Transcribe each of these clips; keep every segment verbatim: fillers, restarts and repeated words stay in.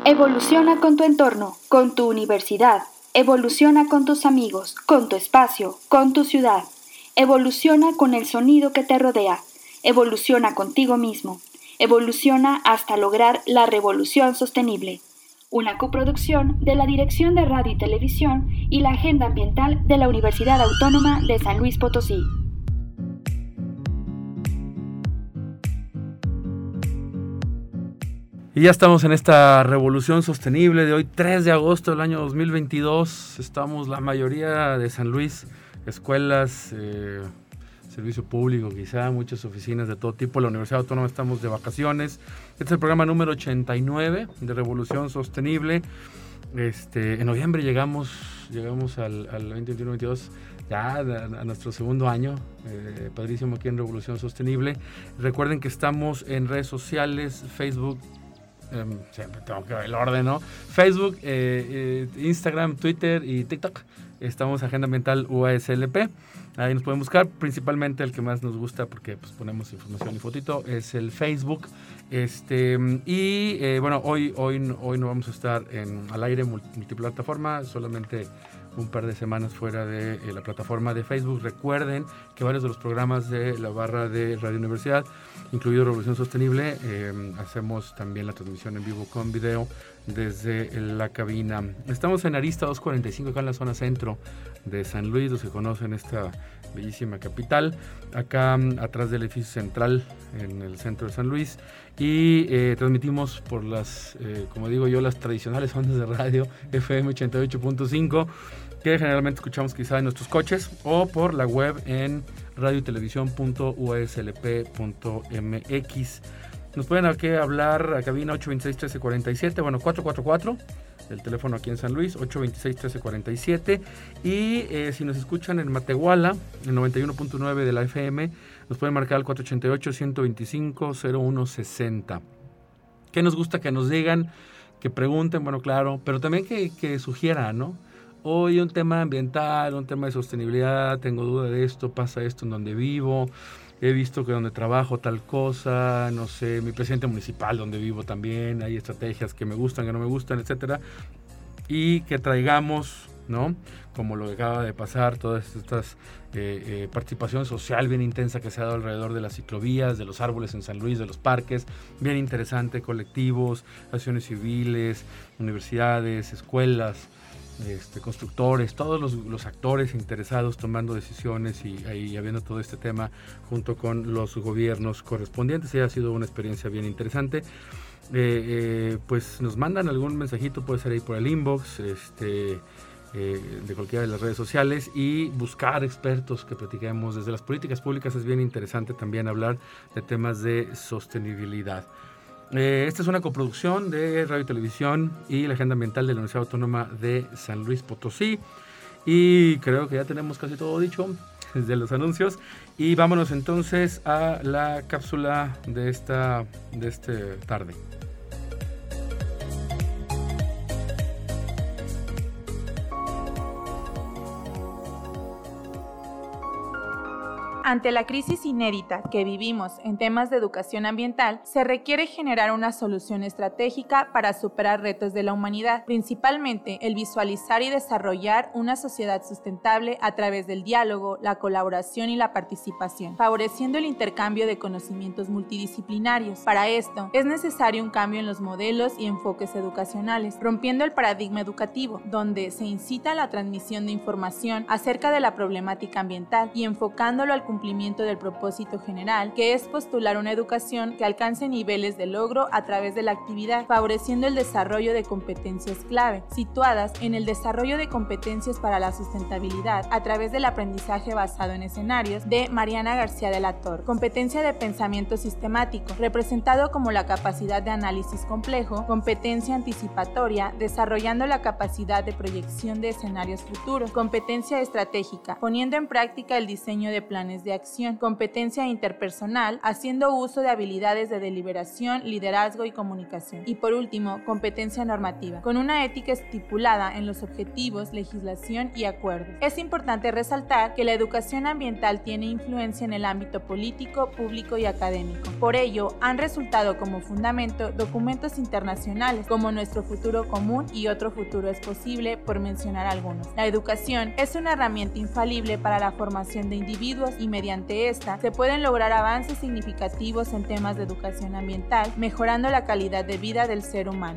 Evoluciona con tu entorno, con tu universidad. Evoluciona con tus amigos, con tu espacio, con tu ciudad. Evoluciona con el sonido que te rodea. Evoluciona contigo mismo. Evoluciona hasta lograr la revolución sostenible. Una coproducción de la Dirección de Radio y Televisión y la Agenda Ambiental de la Universidad Autónoma de San Luis Potosí. Y ya estamos en esta revolución sostenible de hoy, tres de agosto del año dos mil veintidós. Estamos la mayoría de San Luis, escuelas, eh, servicio público quizá, muchas oficinas de todo tipo. La Universidad Autónoma estamos de vacaciones. Este es el programa número ochenta y nueve de Revolución Sostenible. Este, en noviembre llegamos, llegamos al, al veinte veintiuno veintidós, ya a, a nuestro segundo año, eh, padrísimo aquí en Revolución Sostenible. Recuerden que estamos en redes sociales, Facebook, eh, siempre tengo que ver el orden, ¿no? Facebook, eh, eh, Instagram, Twitter y TikTok. Estamos Agenda Ambiental U A S L P. Ahí nos pueden buscar. Principalmente el que más nos gusta, porque pues, ponemos información y fotito, es el Facebook. Este, y eh, bueno, hoy, hoy, hoy no vamos a estar en, al aire multiplataforma, solamente un par de semanas fuera de eh, la plataforma de Facebook. Recuerden que varios de los programas de la barra de Radio Universidad, incluido Revolución Sostenible, eh, hacemos también la transmisión en vivo con video desde la cabina. Estamos en Arista doscientos cuarenta y cinco, acá en la zona centro de San Luis, los que conocen esta bellísima capital, acá atrás del edificio central en el centro de San Luis, y eh, transmitimos por las, eh, como digo yo, las tradicionales ondas de radio F M ochenta y ocho punto cinco, que generalmente escuchamos quizá en nuestros coches, o por la web en radio y televisión punto u a s l p punto m x. Nos pueden aquí hablar a cabina ocho dos seis, uno tres cuatro siete, bueno, cuatro cuatro cuatro, el teléfono aquí en San Luis, ocho dos seis, uno tres cuatro siete, y eh, si nos escuchan en Matehuala, en noventa y uno punto nueve de la F M, nos pueden marcar al cuatro ocho ocho, uno dos cinco, cero uno seis cero. ¿Qué nos gusta que nos digan? Que pregunten, bueno, claro, pero también que, que sugieran, ¿no? Hoy un tema ambiental, un tema de sostenibilidad, tengo duda de esto, pasa esto en donde vivo, he visto que donde trabajo tal cosa, no sé, mi presidente municipal donde vivo también, hay estrategias que me gustan, que no me gustan, etcétera, y que traigamos, ¿no? Como lo que acaba de pasar, todas estas eh, eh, participación social bien intensa que se ha dado alrededor de las ciclovías, de los árboles en San Luis, de los parques, bien interesante, colectivos, acciones civiles, universidades, escuelas, Este, constructores, todos los, los actores interesados tomando decisiones y, y habiendo todo este tema junto con los gobiernos correspondientes. Y ha sido una experiencia bien interesante. Eh, eh, pues nos mandan algún mensajito, puede ser ahí por el inbox, este, eh, de cualquiera de las redes sociales, y buscar expertos que platiquemos. Desde las políticas públicas es bien interesante también hablar de temas de sostenibilidad. Eh, esta es una coproducción de Radio y Televisión y la Agenda Ambiental de la Universidad Autónoma de San Luis Potosí. Y creo que ya tenemos casi todo dicho desde los anuncios. Y vámonos entonces a la cápsula de esta, de esta tarde. Ante la crisis inédita que vivimos en temas de educación ambiental, se requiere generar una solución estratégica para superar retos de la humanidad, principalmente el visualizar y desarrollar una sociedad sustentable a través del diálogo, la colaboración y la participación, favoreciendo el intercambio de conocimientos multidisciplinarios. Para esto, es necesario un cambio en los modelos y enfoques educacionales, rompiendo el paradigma educativo, donde se incita a la transmisión de información acerca de la problemática ambiental y enfocándolo al cumplimiento del propósito general, que es postular una educación que alcance niveles de logro a través de la actividad, favoreciendo el desarrollo de competencias clave, situadas en el desarrollo de competencias para la sustentabilidad a través del aprendizaje basado en escenarios de Mariana García de la Torre. Competencia de pensamiento sistemático, representado como la capacidad de análisis complejo, competencia anticipatoria, desarrollando la capacidad de proyección de escenarios futuros, competencia estratégica, poniendo en práctica el diseño de planes planes de acción, competencia interpersonal, haciendo uso de habilidades de deliberación, liderazgo y comunicación. Y por último, competencia normativa, con una ética estipulada en los objetivos, legislación y acuerdos. Es importante resaltar que la educación ambiental tiene influencia en el ámbito político, público y académico. Por ello, han resultado como fundamento documentos internacionales como Nuestro futuro común y Otro futuro es posible, por mencionar algunos. La educación es una herramienta infalible para la formación de individuos y mediante esta se pueden lograr avances significativos en temas de educación ambiental, mejorando la calidad de vida del ser humano.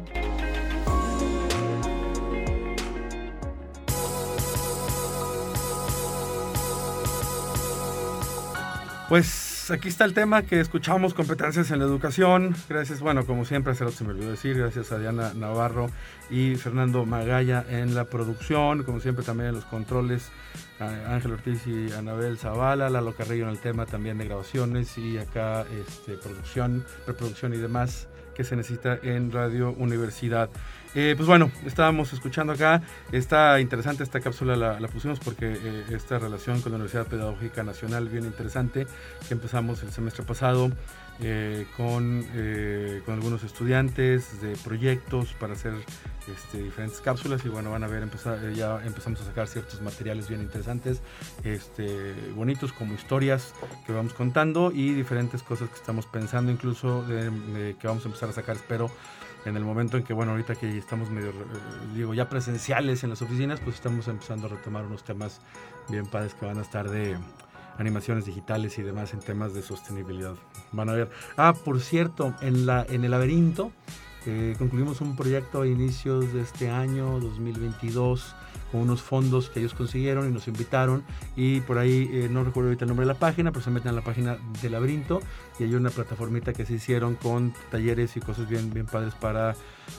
Pues aquí está el tema que escuchamos, competencias en la educación. Gracias, bueno, como siempre, se me olvidó decir, gracias a Diana Navarro y Fernando Magalla en la producción, como siempre también en los controles, Ángel Ortiz y Anabel Zavala, Lalo Carrillo en el tema también de grabaciones y acá este, producción, preproducción y demás que se necesita en Radio Universidad. Eh, pues bueno, estábamos escuchando acá, está interesante esta cápsula, la, la pusimos porque eh, esta relación con la Universidad Pedagógica Nacional, bien interesante, que empezamos el semestre pasado eh, con, eh, con algunos estudiantes de proyectos para hacer este, diferentes cápsulas y bueno, van a ver, empezar, eh, ya empezamos a sacar ciertos materiales bien interesantes, este, bonitos como historias que vamos contando y diferentes cosas que estamos pensando incluso de, de, que vamos a empezar a sacar, espero, en el momento en que, bueno, ahorita que estamos medio, digo, ya presenciales en las oficinas, pues estamos empezando a retomar unos temas bien padres que van a estar de animaciones digitales y demás en temas de sostenibilidad. Van a ver. Ah, por cierto, en, la, en el laberinto eh, concluimos un proyecto a inicios de este año, dos mil veintidós, con unos fondos que ellos consiguieron y nos invitaron y por ahí, eh, no recuerdo ahorita el nombre de la página, pero se meten en la página del laberinto y hay una plataformita que se hicieron con talleres y cosas bien, bien padres para,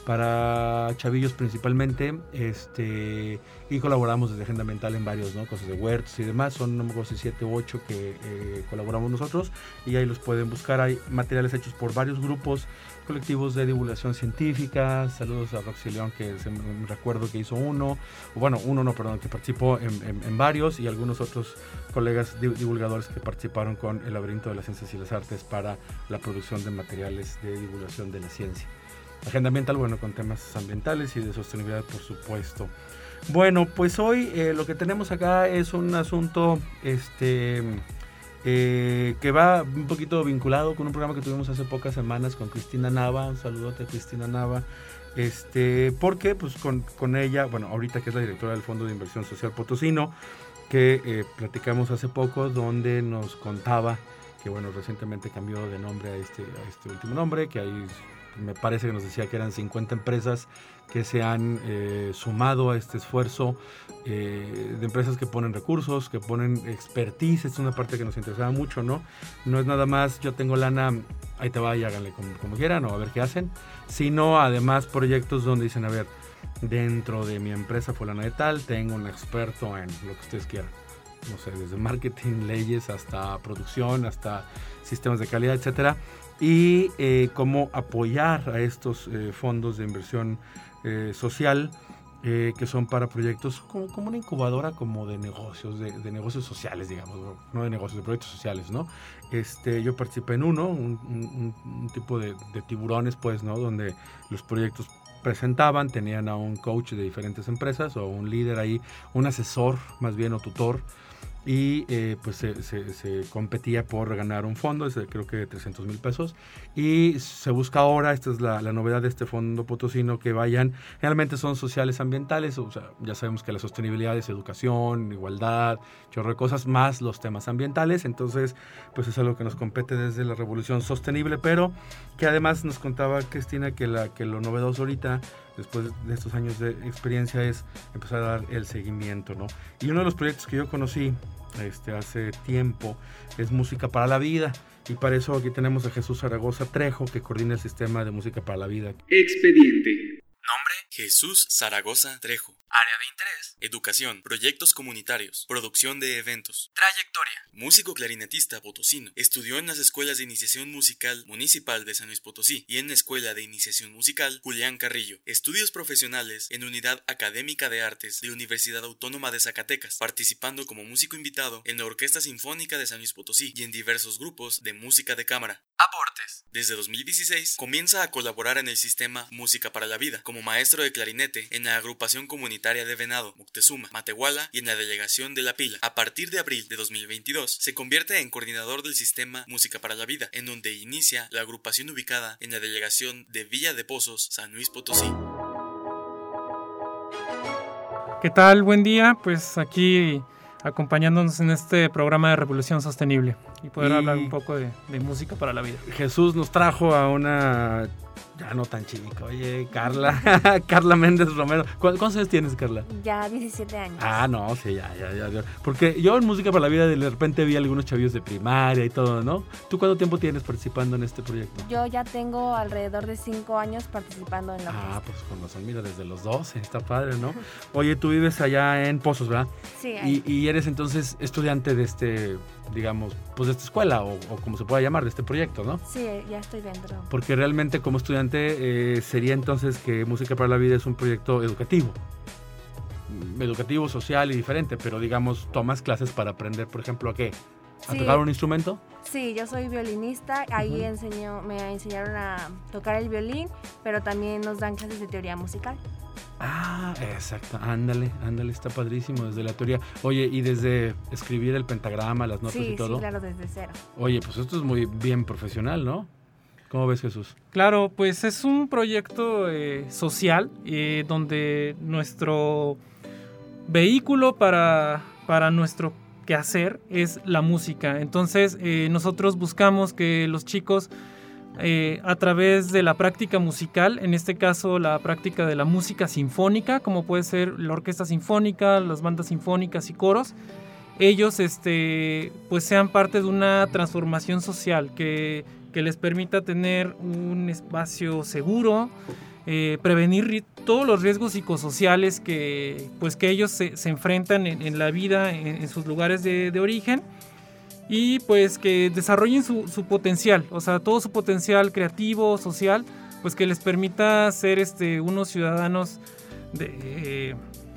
para chavillos principalmente, este, y colaboramos desde Agenda Ambiental en varios, ¿no? Cosas de huertos y demás, son no me acuerdo si siete u ocho que eh, colaboramos nosotros y ahí los pueden buscar, hay materiales hechos por varios grupos colectivos de divulgación científica. Saludos a Roxy León, que se, me recuerdo que hizo uno, o bueno, uno no, perdón, que participó en, en, en varios, y algunos otros colegas divulgadores que participaron con el Laberinto de las Ciencias y las Artes para la producción de materiales de divulgación de la ciencia. Agenda ambiental, bueno, con temas ambientales y de sostenibilidad, por supuesto. Bueno, pues hoy eh, lo que tenemos acá es un asunto este, eh, que va un poquito vinculado con un programa que tuvimos hace pocas semanas con Cristina Nava. Un saludote a Cristina Nava. Este, porque pues con, con ella, bueno, ahorita que es la directora del Fondo de Inversión Social Potosino, que eh, platicamos hace poco, donde nos contaba que, bueno, recientemente cambió de nombre a este, a este último nombre, que ahí me parece que nos decía que eran cincuenta empresas que se han eh, sumado a este esfuerzo, eh, de empresas que ponen recursos, que ponen expertise. Es una parte que nos interesaba mucho, ¿no? No es nada más, yo tengo lana, ahí te va y háganle como, como quieran o a ver qué hacen, sino además proyectos donde dicen, a ver, dentro de mi empresa fulana de tal, tengo un experto en lo que ustedes quieran. No sé, desde marketing, leyes, hasta producción, hasta sistemas de calidad, etcétera. Y eh, cómo apoyar a estos eh, fondos de inversión eh, social eh, que son para proyectos como, como una incubadora como de negocios, de, de negocios sociales, digamos, no de negocios, de proyectos sociales, ¿no? Este, yo participé en uno, un, un, un tipo de, de tiburones, pues, ¿no? Donde los proyectos presentaban, tenían a un coach de diferentes empresas o un líder ahí, un asesor más bien o tutor, y eh, pues se, se, se competía por ganar un fondo, es de, creo que de trescientos mil pesos, y se busca ahora, esta es la, la novedad de este fondo potosino, que vayan, generalmente son sociales ambientales, o sea, ya sabemos que la sostenibilidad es educación, igualdad, chorro de cosas, más los temas ambientales, entonces pues es algo que nos compete desde la revolución sostenible, pero que además nos contaba Cristina que, la, que lo novedoso ahorita, después de estos años de experiencia, es empezar a dar el seguimiento, ¿no? Y uno de los proyectos que yo conocí este, hace tiempo es Música para la Vida, y para eso aquí tenemos a Jesús Zaragoza Trejo, que coordina el sistema de Música para la Vida. Expediente. Nombre: Jesús Zaragoza Trejo. Área de interés: educación, proyectos comunitarios, producción de eventos. Trayectoria: músico clarinetista potosino. Estudió en las escuelas de iniciación musical municipal de San Luis Potosí y en la Escuela de Iniciación Musical Julián Carrillo. Estudios profesionales en Unidad Académica de Artes de Universidad Autónoma de Zacatecas, participando como músico invitado en la Orquesta Sinfónica de San Luis Potosí y en diversos grupos de música de cámara. Aportes: desde dos mil dieciséis comienza a colaborar en el sistema Música para la Vida como maestro de clarinete en la agrupación comunitaria de Venado, Moctezuma, Matehuala y en la delegación de La Pila. A partir de abril de dos mil veintidós se convierte en coordinador del sistema Música para la Vida, en donde inicia la agrupación ubicada en la delegación de Villa de Pozos, San Luis Potosí. ¿Qué tal? Buen día, pues aquí acompañándonos en este programa de Revolución Sostenible y poder y hablar un poco de, de música para la vida. Jesús nos trajo a una... ya no tan chica, oye, Carla, Carla Méndez Romero. ¿Cuántos años tienes, Carla? Ya diecisiete años. Ah, no, sí, ya, ya, ya, ya. Porque yo en Música para la Vida de repente vi algunos chavillos de primaria y todo, ¿no? ¿Tú cuánto tiempo tienes participando en este proyecto? Yo ya tengo alrededor de cinco años participando en la orquesta. Ah, pues con razón, mira, desde los doce, está padre, ¿no? Oye, tú vives allá en Pozos, ¿verdad? Sí. Ahí. Y, y eres entonces estudiante de este, digamos, pues de esta escuela o, o como se pueda llamar, de este proyecto, ¿no? Sí, ya estoy dentro. Porque realmente como estudiante Eh, sería entonces que Música para la Vida es un proyecto educativo, educativo, social y diferente, pero digamos, tomas clases para aprender, por ejemplo, ¿a qué? ¿A sí. tocar un instrumento? Sí, yo soy violinista, ahí uh-huh. enseñó, me enseñaron a tocar el violín, pero también nos dan clases de teoría musical. Ah, exacto, ándale, ándale, está padrísimo desde la teoría. Oye, y desde escribir el pentagrama, las notas sí, y todo. Sí, claro, desde cero. Oye, pues esto es muy bien profesional, ¿no? ¿Cómo ves, Jesús? Claro, pues es un proyecto eh, social eh, donde nuestro vehículo para, para nuestro quehacer es la música. Entonces eh, nosotros buscamos que los chicos eh, a través de la práctica musical, en este caso la práctica de la música sinfónica, como puede ser la orquesta sinfónica, las bandas sinfónicas y coros, ellos este, pues sean parte de una transformación social que que les permita tener un espacio seguro, eh, prevenir ri- todos los riesgos psicosociales que, pues, que ellos se, se enfrentan en, en la vida, en, en sus lugares de, de origen, y pues que desarrollen su, su potencial, o sea, todo su potencial creativo, social, pues que les permita ser este, unos ciudadanos de,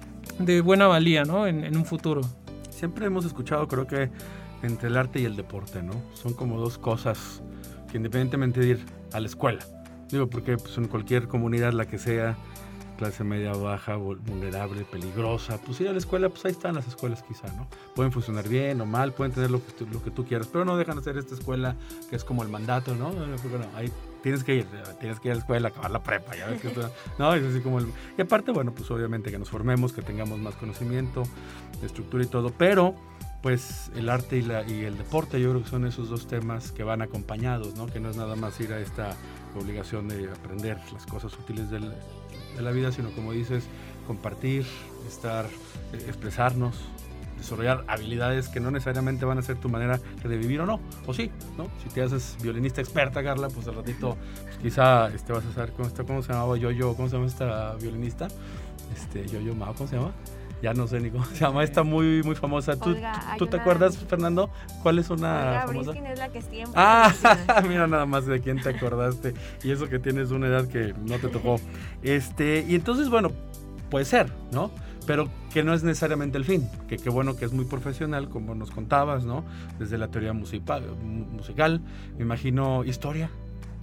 de buena valía, ¿no? en, en un futuro. Siempre hemos escuchado, creo que entre el arte y el deporte, ¿no? Son como dos cosas que independientemente de ir a la escuela, digo, porque pues, en cualquier comunidad, la que sea, clase media, baja, vulnerable, peligrosa, pues ir a la escuela, pues ahí están las escuelas quizá, ¿no? Pueden funcionar bien o mal, pueden tener lo que tú, lo que tú quieras, pero no dejan de ser esta escuela que es como el mandato, ¿no? Bueno, ahí tienes que ir, tienes que ir a la escuela, acabar la prepa, ya ves que esto, no, es así como el... Y aparte, bueno, pues obviamente que nos formemos, que tengamos más conocimiento, estructura y todo, pero pues el arte y, la, y el deporte yo creo que son esos dos temas que van acompañados, ¿no? Que no es nada más ir a esta obligación de aprender las cosas útiles del, de la vida, sino como dices, compartir, estar, eh, expresarnos, desarrollar habilidades que no necesariamente van a ser tu manera de vivir o no, o sí, ¿no? Si te haces violinista experta, Carla, pues al ratito pues quizá este, vas a saber cómo, está, cómo se llamaba Yo-Yo, ¿cómo se llama esta violinista? Este, Yo-Yo Mao, ¿cómo se llama? Ya no sé ni cómo se llama, está muy muy famosa. ¿Tú, Olga, ¿tú te una... acuerdas, Fernando? ¿Cuál es una Olga famosa? Briskin es la que siempre... Ah, mira nada más de quién te acordaste. Y eso que tienes una edad que no te tocó. Este, y entonces, bueno, puede ser, ¿no? Pero que no es necesariamente el fin. Que qué bueno que es muy profesional, como nos contabas, ¿no? Desde la teoría musical, musical me imagino historia.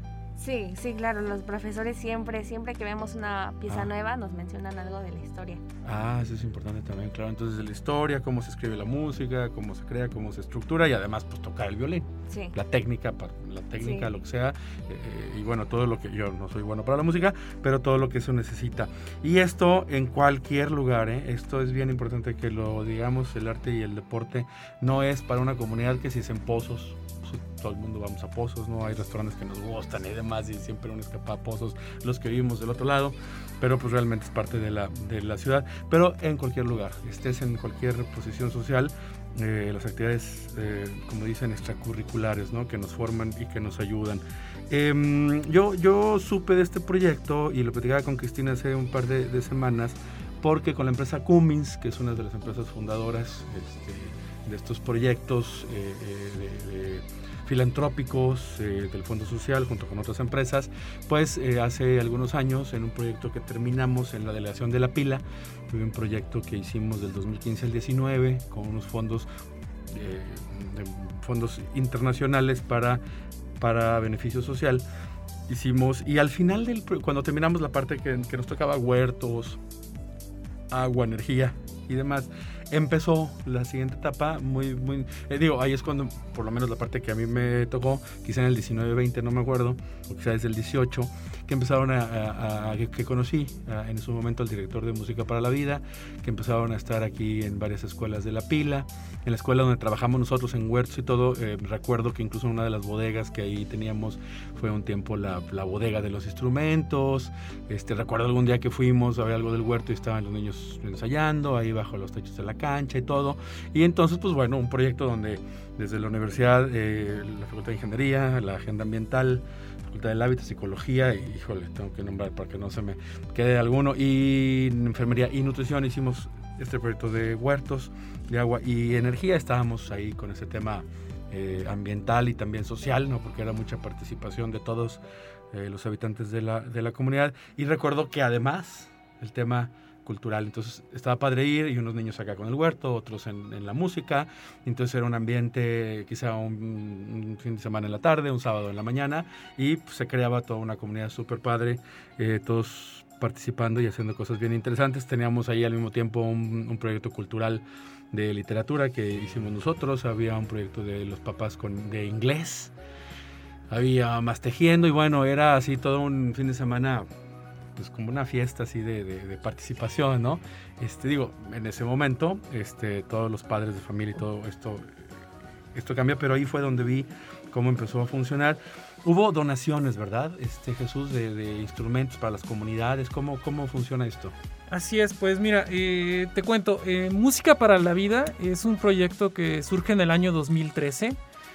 Sí, sí, claro, los profesores siempre, siempre que vemos una pieza ah. nueva nos mencionan algo de la historia. Ah, eso es importante también, claro. Entonces de la historia, cómo se escribe la música, cómo se crea, cómo se estructura y además pues tocar el violín. Sí. La técnica, la técnica, sí. Lo que sea. Eh, y bueno, todo lo que, yo no soy bueno para la música, pero todo lo que eso necesita. Y esto en cualquier lugar, ¿eh? Esto es bien importante que lo digamos, el arte y el deporte no es para una comunidad que si es en Pozos. Todo el mundo vamos a Pozos, ¿no? Hay restaurantes que nos gustan y demás y siempre uno escapa a Pozos, los que vivimos del otro lado, pero pues realmente es parte de la, de la ciudad. Pero en cualquier lugar, estés en cualquier posición social, eh, las actividades, eh, como dicen, extracurriculares, ¿no? Que nos forman y que nos ayudan. Eh, yo, yo supe de este proyecto y lo platicaba con Cristina hace un par de, de semanas, porque con la empresa Cummins, que es una de las empresas fundadoras este, de estos proyectos eh, de, de filantrópicos eh, del Fondo Social, junto con otras empresas, pues eh, hace algunos años, en un proyecto que terminamos en la delegación de La Pila, fue un proyecto que hicimos del dos mil quince al diecinueve con unos fondos, eh, de fondos internacionales para, para beneficio social. Hicimos, y al final, del, cuando terminamos la parte que, que nos tocaba huertos, agua, energía y demás, empezó la siguiente etapa muy, muy, eh, digo, ahí es cuando, por lo menos la parte que a mí me tocó, quizá en el diecinueve veinte, no me acuerdo, o quizá desde el dieciocho, que empezaron a, a, a que, que conocí a, en su momento al director de Música para la Vida, que empezaron a estar aquí en varias escuelas de La Pila, en la escuela donde trabajamos nosotros en huertos y todo. Eh, recuerdo que incluso una de las bodegas que ahí teníamos fue un tiempo la, la bodega de los instrumentos. Este, recuerdo algún día que fuimos a ver algo del huerto y estaban los niños ensayando ahí bajo los techos de la cancha y todo. Y entonces, pues bueno, un proyecto donde desde la universidad, eh, la Facultad de Ingeniería, la Agenda Ambiental, Facultad del Hábitat, Psicología, y híjole, tengo que nombrar para que no se me quede alguno, y Enfermería y Nutrición, hicimos este proyecto de huertos, de agua y energía. Estábamos ahí con ese tema eh, ambiental y también social, ¿no? Porque era mucha participación de todos eh, los habitantes de la, de la comunidad. Y recuerdo que además el tema cultural, entonces estaba padre ir, y unos niños acá con el huerto, otros en, en la música. Entonces era un ambiente, quizá un, un fin de semana en la tarde, un sábado en la mañana, y pues, se creaba toda una comunidad súper padre, eh, todos participando y haciendo cosas bien interesantes. Teníamos ahí al mismo tiempo un, un proyecto cultural de literatura que hicimos nosotros, había un proyecto de los papás con, de inglés, había más tejiendo, y bueno, era así todo un fin de semana, pues como una fiesta así de, de, de participación, ¿no? Este, digo, en ese momento, este, todos los padres de familia y todo esto, esto cambia, pero ahí fue donde vi cómo empezó a funcionar. Hubo donaciones, ¿verdad, este, Jesús, de, de instrumentos para las comunidades? ¿Cómo, cómo funciona esto? Así es, pues mira, eh, te cuento, eh, Música para la Vida es un proyecto que surge en el año dos mil trece.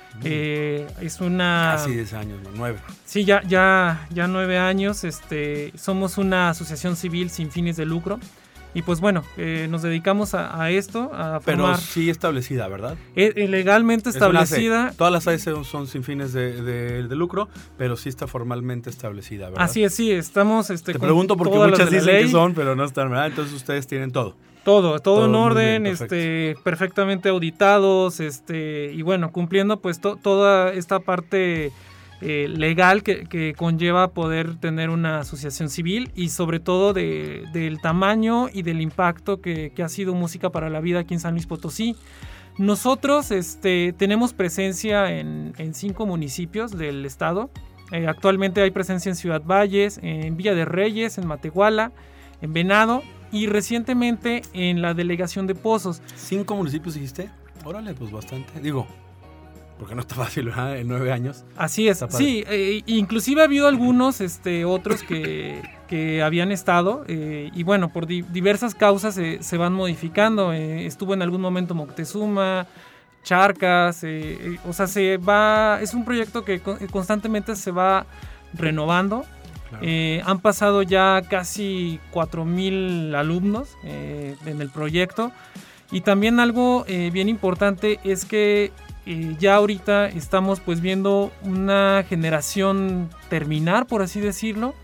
Eh, es una... Casi diez años, ¿no? nueve. Sí, ya, ya, ya nueve años. Este, somos una asociación civil sin fines de lucro. Y pues bueno, eh, nos dedicamos a, a esto, a Pero formar... sí establecida, ¿verdad? Eh, legalmente establecida. Todas las A S son sin fines de, de, de lucro, pero sí está formalmente establecida, ¿verdad? Así es, sí, estamos... Este, Te pregunto porque muchas dicen que son, pero no están, ¿verdad? Entonces ustedes tienen todo. Todo, todo, todo en orden, bien, este, perfectamente auditados, este, y bueno, cumpliendo pues to, toda esta parte eh, legal que, que conlleva poder tener una asociación civil, y sobre todo de, del tamaño y del impacto que, que ha sido Música para la Vida aquí en San Luis Potosí. Nosotros este, tenemos presencia en, en cinco municipios del estado. Eh, actualmente hay presencia en Ciudad Valles, en Villa de Reyes, en Matehuala, en Venado, y recientemente en la delegación de Pozos. ¿Cinco municipios dijiste? Órale, pues bastante. Digo, porque no está fácil, ¿verdad? En nueve años. Así es, sí. Eh, inclusive ha habido algunos este, otros que, que habían estado, eh, y bueno, por di- diversas causas eh, se van modificando. Eh, estuvo en algún momento Moctezuma, Charcas, eh, eh, o sea, se va, es un proyecto que con- constantemente se va renovando. Claro. Eh, han pasado ya casi cuatro mil alumnos eh, en el proyecto, y también algo eh, bien importante es que eh, ya ahorita estamos pues viendo una generación terminar, por así decirlo,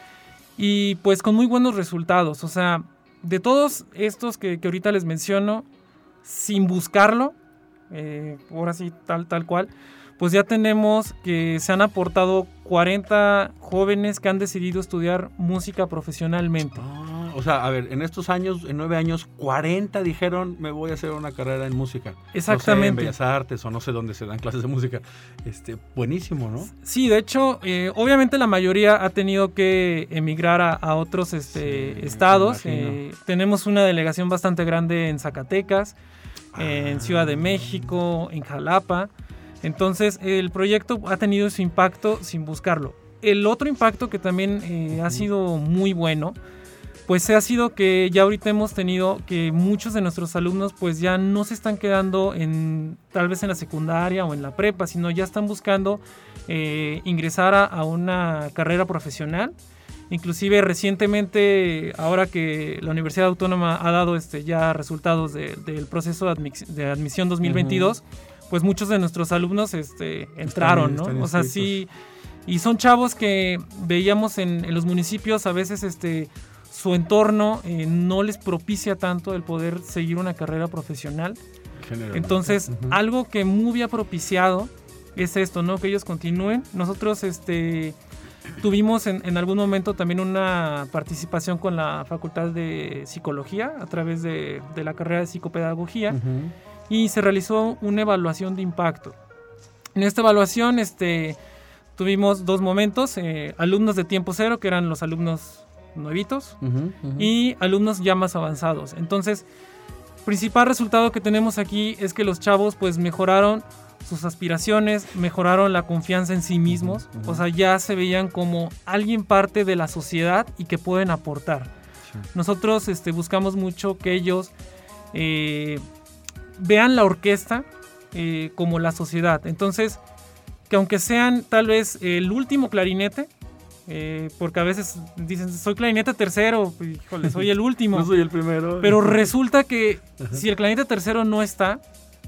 y pues con muy buenos resultados. O sea, de todos estos que, que ahorita les menciono, sin buscarlo, eh, ahora sí tal, tal cual, pues ya tenemos que se han aportado cuarenta jóvenes que han decidido estudiar música profesionalmente. Ah, o sea, a ver, en estos años, en nueve años, cuarenta dijeron, me voy a hacer una carrera en música. Exactamente. No sé, en Bellas Artes o no sé dónde se dan clases de música. Este, buenísimo, ¿no? Sí, de hecho, eh, obviamente la mayoría ha tenido que emigrar a, a otros este, sí, estados. Eh, tenemos una delegación bastante grande en Zacatecas, ah. en Ciudad de México, en Jalapa. Entonces el proyecto ha tenido su impacto sin buscarlo. El otro impacto que también eh, uh-huh. ha sido muy bueno pues ha sido que ya ahorita hemos tenido que muchos de nuestros alumnos pues ya no se están quedando en tal vez en la secundaria o en la prepa, sino ya están buscando eh, ingresar a, a una carrera profesional. Inclusive recientemente, ahora que la Universidad Autónoma ha dado este, ya resultados de, del proceso de, admi- de admisión dos mil veintidós, uh-huh. pues muchos de nuestros alumnos este, entraron, están, ¿no? Están o sea, sí, y son chavos que veíamos en, en los municipios a veces este, su entorno eh, no les propicia tanto el poder seguir una carrera profesional. Entonces, uh-huh. algo que muy ha propiciado es esto, ¿no? Que ellos continúen. Nosotros este, tuvimos en, en algún momento también una participación con la Facultad de Psicología a través de, de la carrera de Psicopedagogía uh-huh. y se realizó una evaluación de impacto. En esta evaluación este, tuvimos dos momentos, eh, alumnos de tiempo cero, que eran los alumnos nuevitos, uh-huh, uh-huh. y alumnos ya más avanzados. Entonces, principal resultado que tenemos aquí es que los chavos pues mejoraron sus aspiraciones, mejoraron la confianza en sí mismos, uh-huh, uh-huh. o sea, ya se veían como alguien parte de la sociedad y que pueden aportar. Sí. Nosotros este, buscamos mucho que ellos eh, vean la orquesta eh, como la sociedad. Entonces, que aunque sean tal vez el último clarinete, Eh, porque a veces dicen, soy clarinete tercero, híjole, soy el último. No soy el primero. Pero resulta que si el clarinete tercero no está,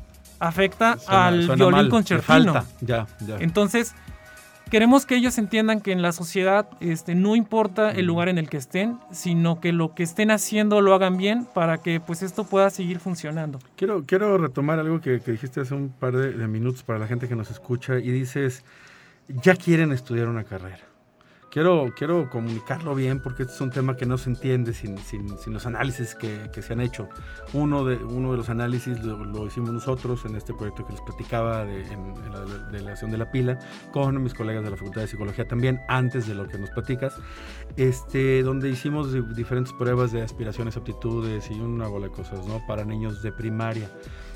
afecta suena, al suena violín mal, concertino. Falta. Ya, ya. Entonces, queremos que ellos entiendan que en la sociedad este, no importa el lugar en el que estén, sino que lo que estén haciendo lo hagan bien para que pues esto pueda seguir funcionando. Quiero, quiero retomar algo que, que dijiste hace un par de, de minutos para la gente que nos escucha y dices, ya quieren estudiar una carrera. Quiero, quiero comunicarlo bien porque este es un tema que no se entiende sin, sin, sin los análisis que, que se han hecho. Uno de, uno de los análisis lo, lo hicimos nosotros en este proyecto que les platicaba de, en, en la delegación de La Pila, con mis colegas de la Facultad de Psicología también, antes de lo que nos platicas, este, donde hicimos diferentes pruebas de aspiraciones, aptitudes y una bola de cosas, ¿no? Para niños de primaria.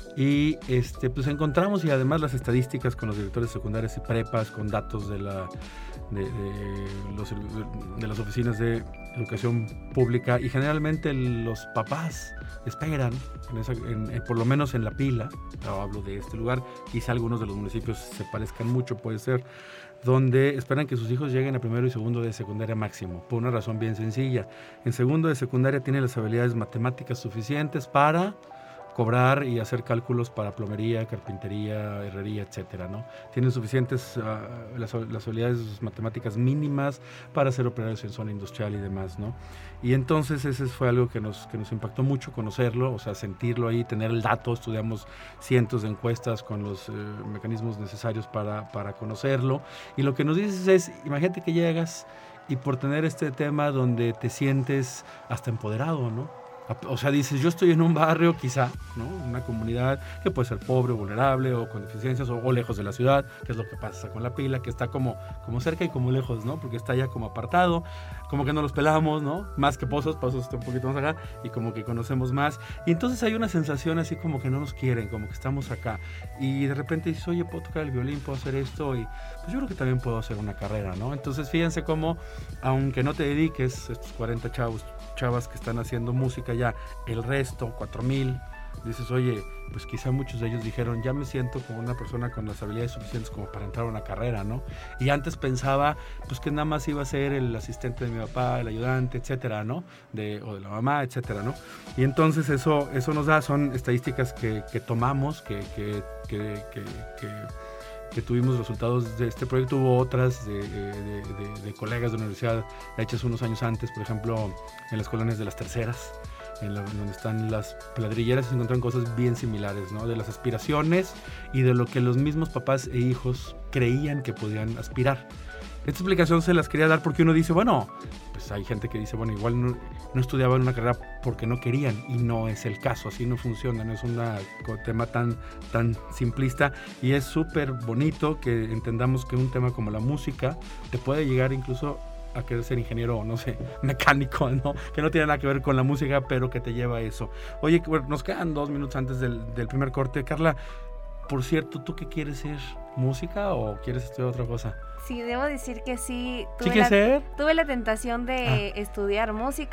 Y este, pues encontramos, y además las estadísticas con los directores secundarios y prepas, con datos de, la, de, de, los, de las oficinas de educación pública, y generalmente los papás esperan, en esa, en, en, por lo menos en La Pila, hablo de este lugar, quizá algunos de los municipios se parezcan mucho, puede ser, donde esperan que sus hijos lleguen a primero y segundo de secundaria máximo, por una razón bien sencilla. En segundo de secundaria tienen las habilidades matemáticas suficientes para cobrar y hacer cálculos para plomería, carpintería, herrería, etcétera, ¿no? Tienen suficientes uh, las, las habilidades matemáticas mínimas para ser operarios en zona industrial y demás, ¿no? Y entonces ese fue algo que nos, que nos impactó mucho conocerlo, o sea, sentirlo ahí, tener el dato. Estudiamos cientos de encuestas con los eh, mecanismos necesarios para, para conocerlo, y lo que nos dices es, imagínate que llegas y por tener este tema donde te sientes hasta empoderado, ¿no? O sea, dices, yo estoy en un barrio quizá, ¿no? Una comunidad que puede ser pobre, vulnerable o con deficiencias o, o lejos de la ciudad, que es lo que pasa con La Pila, que está como, como cerca y como lejos, ¿no? Porque está ya como apartado, como que no los pelamos, ¿no? Más que Pozos, Pozos está un poquito más acá y como que conocemos más. Y entonces hay una sensación así como que no nos quieren, como que estamos acá. Y de repente dices, oye, puedo tocar el violín, puedo hacer esto, y pues yo creo que también puedo hacer una carrera, ¿no? Entonces fíjense cómo, aunque no te dediques, estos cuarenta chavos, chavas que están haciendo música ya, el resto, cuatro mil, dices, oye, pues quizá muchos de ellos dijeron, ya me siento como una persona con las habilidades suficientes como para entrar a una carrera, ¿no? Y antes pensaba, pues que nada más iba a ser el asistente de mi papá, el ayudante, etcétera, ¿no? De, o de la mamá, etcétera, ¿no? Y entonces eso, eso nos da, son estadísticas que, que tomamos, que, que, que, que, que que tuvimos resultados de este proyecto. Hubo otras de, de, de, de colegas de la universidad hechas unos años antes, por ejemplo, en las colonias de Las Terceras, en, la, en donde están las pladrilleras, se encuentran cosas bien similares, ¿no? De las aspiraciones y de lo que los mismos papás e hijos creían que podían aspirar. Esta explicación se las quería dar porque uno dice, bueno, pues hay gente que dice, bueno, igual no, no estudiaban una carrera porque no querían, y no es el caso, así no funciona, no es un tema tan, tan simplista, y es súper bonito que entendamos que un tema como la música te puede llegar incluso a querer ser ingeniero o no sé, mecánico, ¿no? Que no tiene nada que ver con la música, pero que te lleva a eso. Oye, bueno, nos quedan dos minutos antes del, del primer corte. Carla, por cierto, ¿tú qué quieres ser? ¿Música o quieres estudiar otra cosa? Sí, debo decir que sí. Tuve, ¿Sí la, tuve la tentación de ah. estudiar música,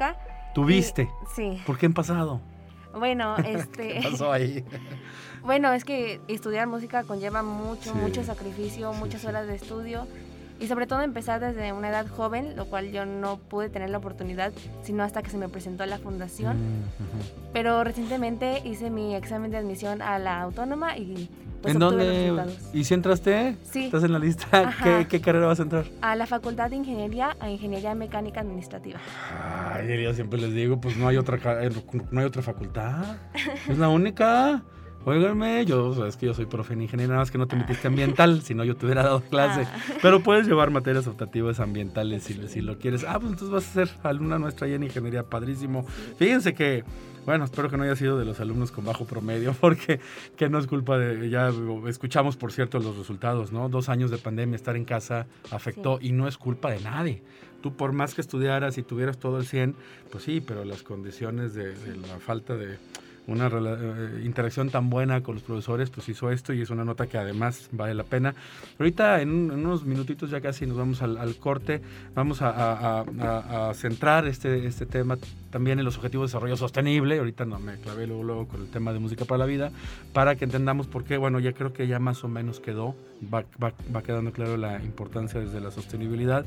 ¿Tuviste? Y, sí. ¿Por qué en pasado? Bueno, este... ¿Qué pasó ahí? Bueno, es que estudiar música conlleva mucho, Sí, mucho sacrificio, sí, muchas sí. horas de estudio y sobre todo empezar desde una edad joven, lo cual yo no pude tener la oportunidad, sino hasta que se me presentó la fundación. Mm, uh-huh. Pero recientemente hice mi examen de admisión a la autónoma y pues ¿En obtuve dónde? los resultados. ¿Y si entraste? Sí. ¿Estás en la lista? Ajá. ¿Qué, ¿Qué carrera vas a entrar? A la Facultad de Ingeniería, a Ingeniería Mecánica Administrativa. Ay, yo siempre les digo, pues no hay otra, ca- eh, no hay otra facultad. Es la única. Óiganme, yo, o sea, es que yo soy profe en ingeniería, nada más que no te metiste ambiental, si no yo te hubiera dado clase. Ah. Pero puedes llevar materias optativas ambientales si, si lo quieres. Ah, pues entonces vas a ser alumna nuestra ahí en ingeniería, padrísimo. Fíjense que, bueno, espero que no haya sido de los alumnos con bajo promedio, porque que no es culpa de, ya escuchamos por cierto los resultados, ¿no? Dos años de pandemia, estar en casa afectó Sí. y no es culpa de nadie. Tú por más que estudiaras y tuvieras todo el cien, pues sí, pero las condiciones de, de la falta de una rela- eh, interacción tan buena con los profesores, pues hizo esto y es una nota que además vale la pena. Ahorita en, un- en unos minutitos ya casi nos vamos al, al corte, vamos a, a- a- a- a centrar este, este tema también en los objetivos de desarrollo sostenible. Ahorita no me clavé luego, luego con el tema de música para la vida, para que entendamos por qué, bueno, ya creo que ya más o menos quedó, va, va, va quedando claro la importancia desde la sostenibilidad.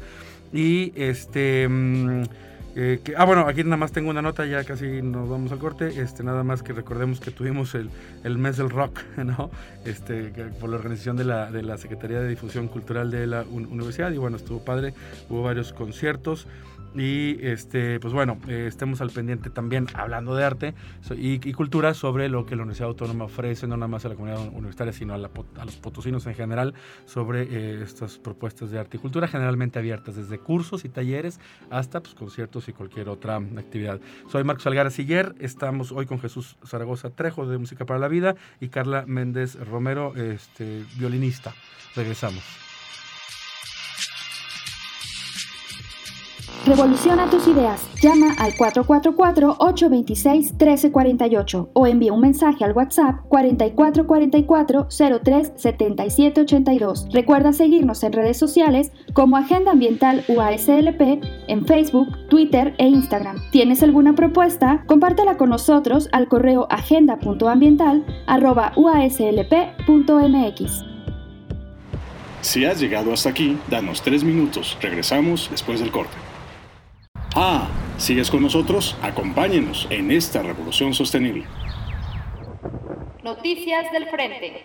Y este... mmm, Eh, que, ah, bueno, aquí nada más tengo una nota, ya casi nos vamos al corte. Este, nada más que recordemos que tuvimos el, el mes del rock, ¿no? Este, que por la organización de la, de la Secretaría de Difusión Cultural de la un- Universidad. Y bueno, estuvo padre, hubo varios conciertos. Y este, pues bueno, eh, estemos al pendiente también, hablando de arte so, y, y cultura, sobre lo que la Universidad Autónoma ofrece, no nada más a la comunidad universitaria, sino a, la, a los potosinos en general, sobre eh, estas propuestas de arte y cultura, generalmente abiertas, desde cursos y talleres hasta pues, conciertos y cualquier otra actividad. Soy Marcos Algara Siller, estamos hoy con Jesús Zaragoza Trejo, de Música para la Vida, y Carla Méndez Romero, este, violinista. Regresamos. Revoluciona tus ideas. Llama al cuatro cuatro cuatro, ocho dos seis, uno tres cuatro ocho o envía un mensaje al WhatsApp cuatro cuatro cuatro cuatro, cero tres siete siete ocho dos. Recuerda seguirnos en redes sociales como Agenda Ambiental U A S L P en Facebook, Twitter e Instagram. ¿Tienes alguna propuesta? Compártela con nosotros al correo agenda punto ambiental arroba u a s l p punto m x. Si has llegado hasta aquí, danos tres minutos. Regresamos después del corte. Ah, ¿sigues con nosotros? Acompáñenos en esta revolución sostenible. Noticias del Frente.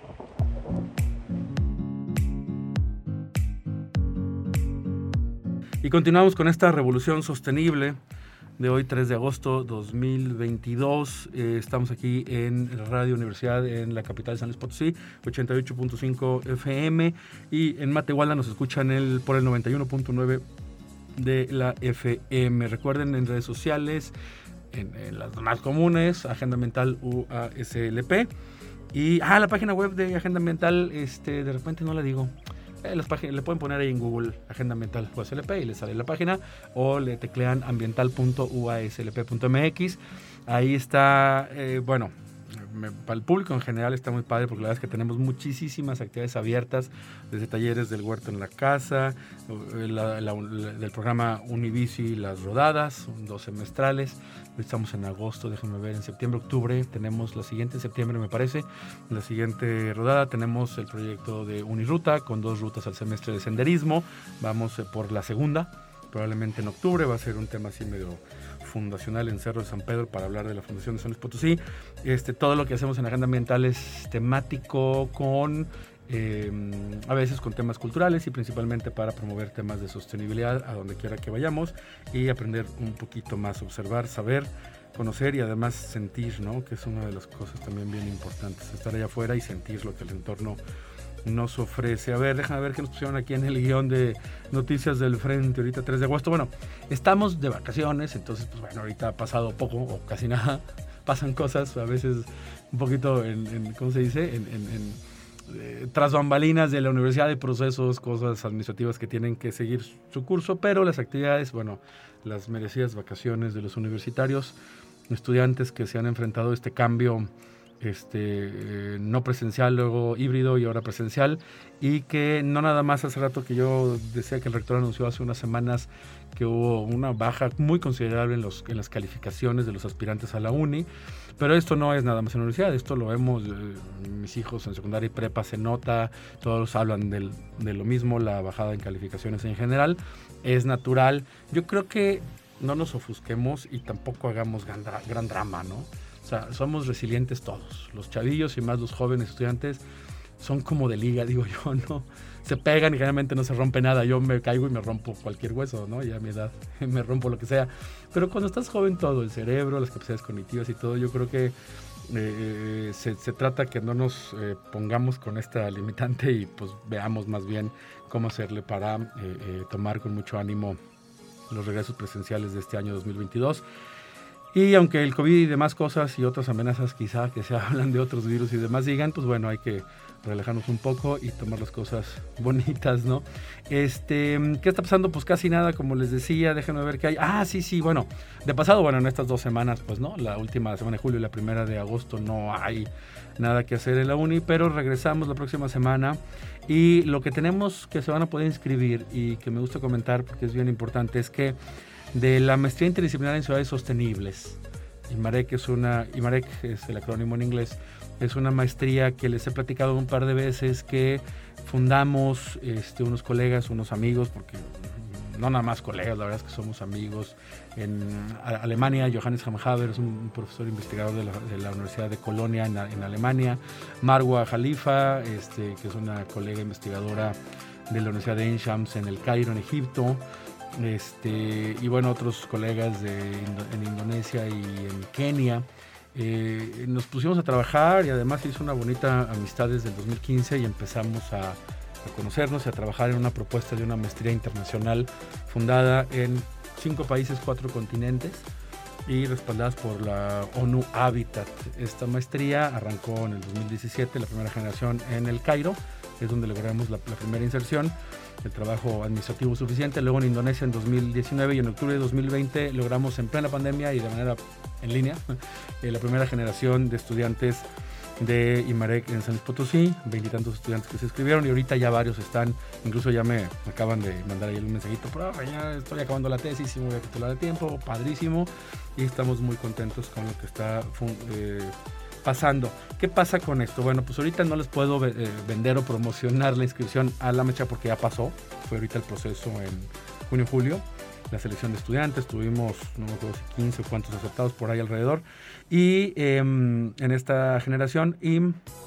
Y continuamos con esta revolución sostenible de hoy, tres de agosto de dos mil veintidós. Eh, estamos aquí en Radio Universidad, en la capital de San Luis Potosí, ochenta y ocho punto cinco F M, y en Matehuala nos escuchan el, por el noventa y uno punto nueve de la F M. Recuerden, en redes sociales, en, en las más comunes, Agenda Ambiental U A S L P. Y ah, la página web de Agenda Ambiental, este, de repente no la digo. Eh, las páginas, le pueden poner ahí en Google Agenda Ambiental U A S L P y les sale la página, o le teclean ambiental punto u a s l p punto m x. Ahí está, eh, bueno, me, para el público en general está muy padre, porque la verdad es que tenemos muchísimas actividades abiertas, desde talleres del huerto en la casa, la, la, la, del programa Unibici, las rodadas, dos semestrales. Estamos en agosto, déjenme ver, en septiembre, octubre tenemos la siguiente, en septiembre me parece, la siguiente rodada. Tenemos el proyecto de Uniruta con dos rutas al semestre de senderismo. Vamos eh, por la segunda, probablemente en octubre. Va a ser un tema así medio fundacional en Cerro de San Pedro, para hablar de la Fundación de San Luis Potosí. Este, todo lo que hacemos en Agenda Ambiental es temático, con eh, a veces con temas culturales, y principalmente para promover temas de sostenibilidad a donde quiera que vayamos, y aprender un poquito más, observar, saber, conocer y además sentir, ¿no? Que es una de las cosas también bien importantes, estar allá afuera y sentir lo que el entorno nos ofrece. A ver, déjame ver qué nos pusieron aquí en el guión de Noticias del Frente, ahorita tres de agosto. Bueno, estamos de vacaciones, entonces, pues bueno, ahorita ha pasado poco o casi nada. Pasan cosas, a veces un poquito en, en ¿cómo se dice? En, en, en eh, tras bambalinas de la universidad, de procesos, cosas administrativas que tienen que seguir su curso, pero las actividades, bueno, las merecidas vacaciones de los universitarios, estudiantes que se han enfrentado a este cambio este, eh, no presencial, luego híbrido y ahora presencial, y que no nada más hace rato que yo decía que el rector anunció hace unas semanas que hubo una baja muy considerable en, los, en las calificaciones de los aspirantes a la uni, pero esto no es nada más en la universidad, esto lo vemos, eh, mis hijos en secundaria y prepa se nota, todos hablan del, de lo mismo, la bajada en calificaciones en general, es natural. Yo creo que no nos ofusquemos y tampoco hagamos gran, gran drama, ¿no? O sea, somos resilientes todos, los chavillos y más los jóvenes estudiantes son como de liga, digo yo, ¿no? Se pegan y generalmente no se rompe nada, yo me caigo y me rompo cualquier hueso, ¿no? Ya a mi edad me rompo lo que sea, pero cuando estás joven todo, el cerebro, las capacidades cognitivas y todo, yo creo que eh, se, se trata que no nos eh, pongamos con esta limitante y pues veamos más bien cómo hacerle para eh, eh, tomar con mucho ánimo los regresos presenciales de este año dos mil veintidós. Y aunque el COVID y demás cosas y otras amenazas quizá que se hablan de otros virus y demás digan, pues bueno, hay que relajarnos un poco y tomar las cosas bonitas, ¿no? Este, ¿qué está pasando? Pues casi nada, como les decía, déjenme ver qué hay. Ah, sí, sí, bueno, de pasado, bueno, en estas dos semanas, pues no, la última semana de julio y la primera de agosto no hay nada que hacer en la uni, pero regresamos la próxima semana y lo que tenemos que se van a poder inscribir y que me gusta comentar porque es bien importante es que de la maestría interdisciplinaria en ciudades sostenibles, IMAREC es una, IMAREC es el acrónimo en inglés, es una maestría que les he platicado un par de veces que fundamos este, unos colegas, unos amigos, porque no nada más colegas, la verdad es que somos amigos. En Alemania, Johannes Hamhaber es un profesor investigador de la, de la Universidad de Colonia en, en Alemania, Marwa Khalifa, este, que es una colega investigadora de la Universidad de Ain Shams en el Cairo, en Egipto. Este, y bueno, otros colegas de, en Indonesia y en Kenia. Eh, nos pusimos a trabajar y además se hizo una bonita amistad desde el dos mil quince y empezamos a, a conocernos y a trabajar en una propuesta de una maestría internacional fundada en cinco países, cuatro continentes y respaldadas por la ONU Habitat. Esta maestría arrancó en el dos mil diecisiete, la primera generación en el Cairo, es donde logramos la, la primera inserción, el trabajo administrativo suficiente, luego en Indonesia en dos mil diecinueve y en octubre de dos mil veinte logramos en plena pandemia y de manera en línea eh, la primera generación de estudiantes de IMAREC en San Luis Potosí, veintitantos estudiantes que se inscribieron y ahorita ya varios están, incluso ya me acaban de mandar ahí un mensajito, pero ya estoy acabando la tesis y me voy a titular de tiempo, padrísimo, y estamos muy contentos con lo que está eh, pasando. ¿Qué pasa con esto? Bueno, pues ahorita no les puedo eh, vender o promocionar la inscripción a la maestría porque ya pasó, fue ahorita el proceso en junio, julio, la selección de estudiantes, tuvimos, no me acuerdo si quince o cuántos aceptados por ahí alrededor, y eh, en esta generación, y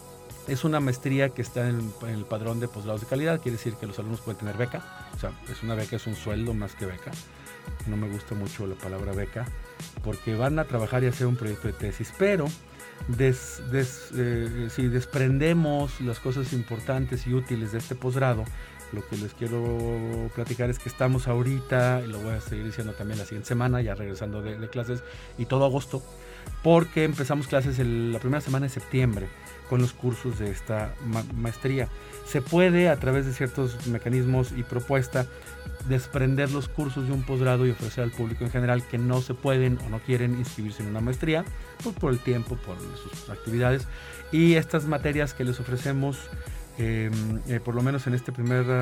es una maestría que está en el, en el padrón de posgrados de calidad, quiere decir que los alumnos pueden tener beca, o sea, es una beca, es un sueldo más que beca, no me gusta mucho la palabra beca, porque van a trabajar y hacer un proyecto de tesis, pero des, des, eh, si desprendemos las cosas importantes y útiles de este posgrado, lo que les quiero platicar es que estamos ahorita, y lo voy a seguir diciendo también la siguiente semana, ya regresando de, de clases, y todo agosto, porque empezamos clases el, la primera semana de septiembre con los cursos de esta ma- maestría. Se puede, a través de ciertos mecanismos y propuesta, desprender los cursos de un posgrado y ofrecer al público en general que no se pueden o no quieren inscribirse en una maestría, pues por el tiempo, por sus actividades, y estas materias que les ofrecemos, Eh, eh, por lo menos en este primer uh,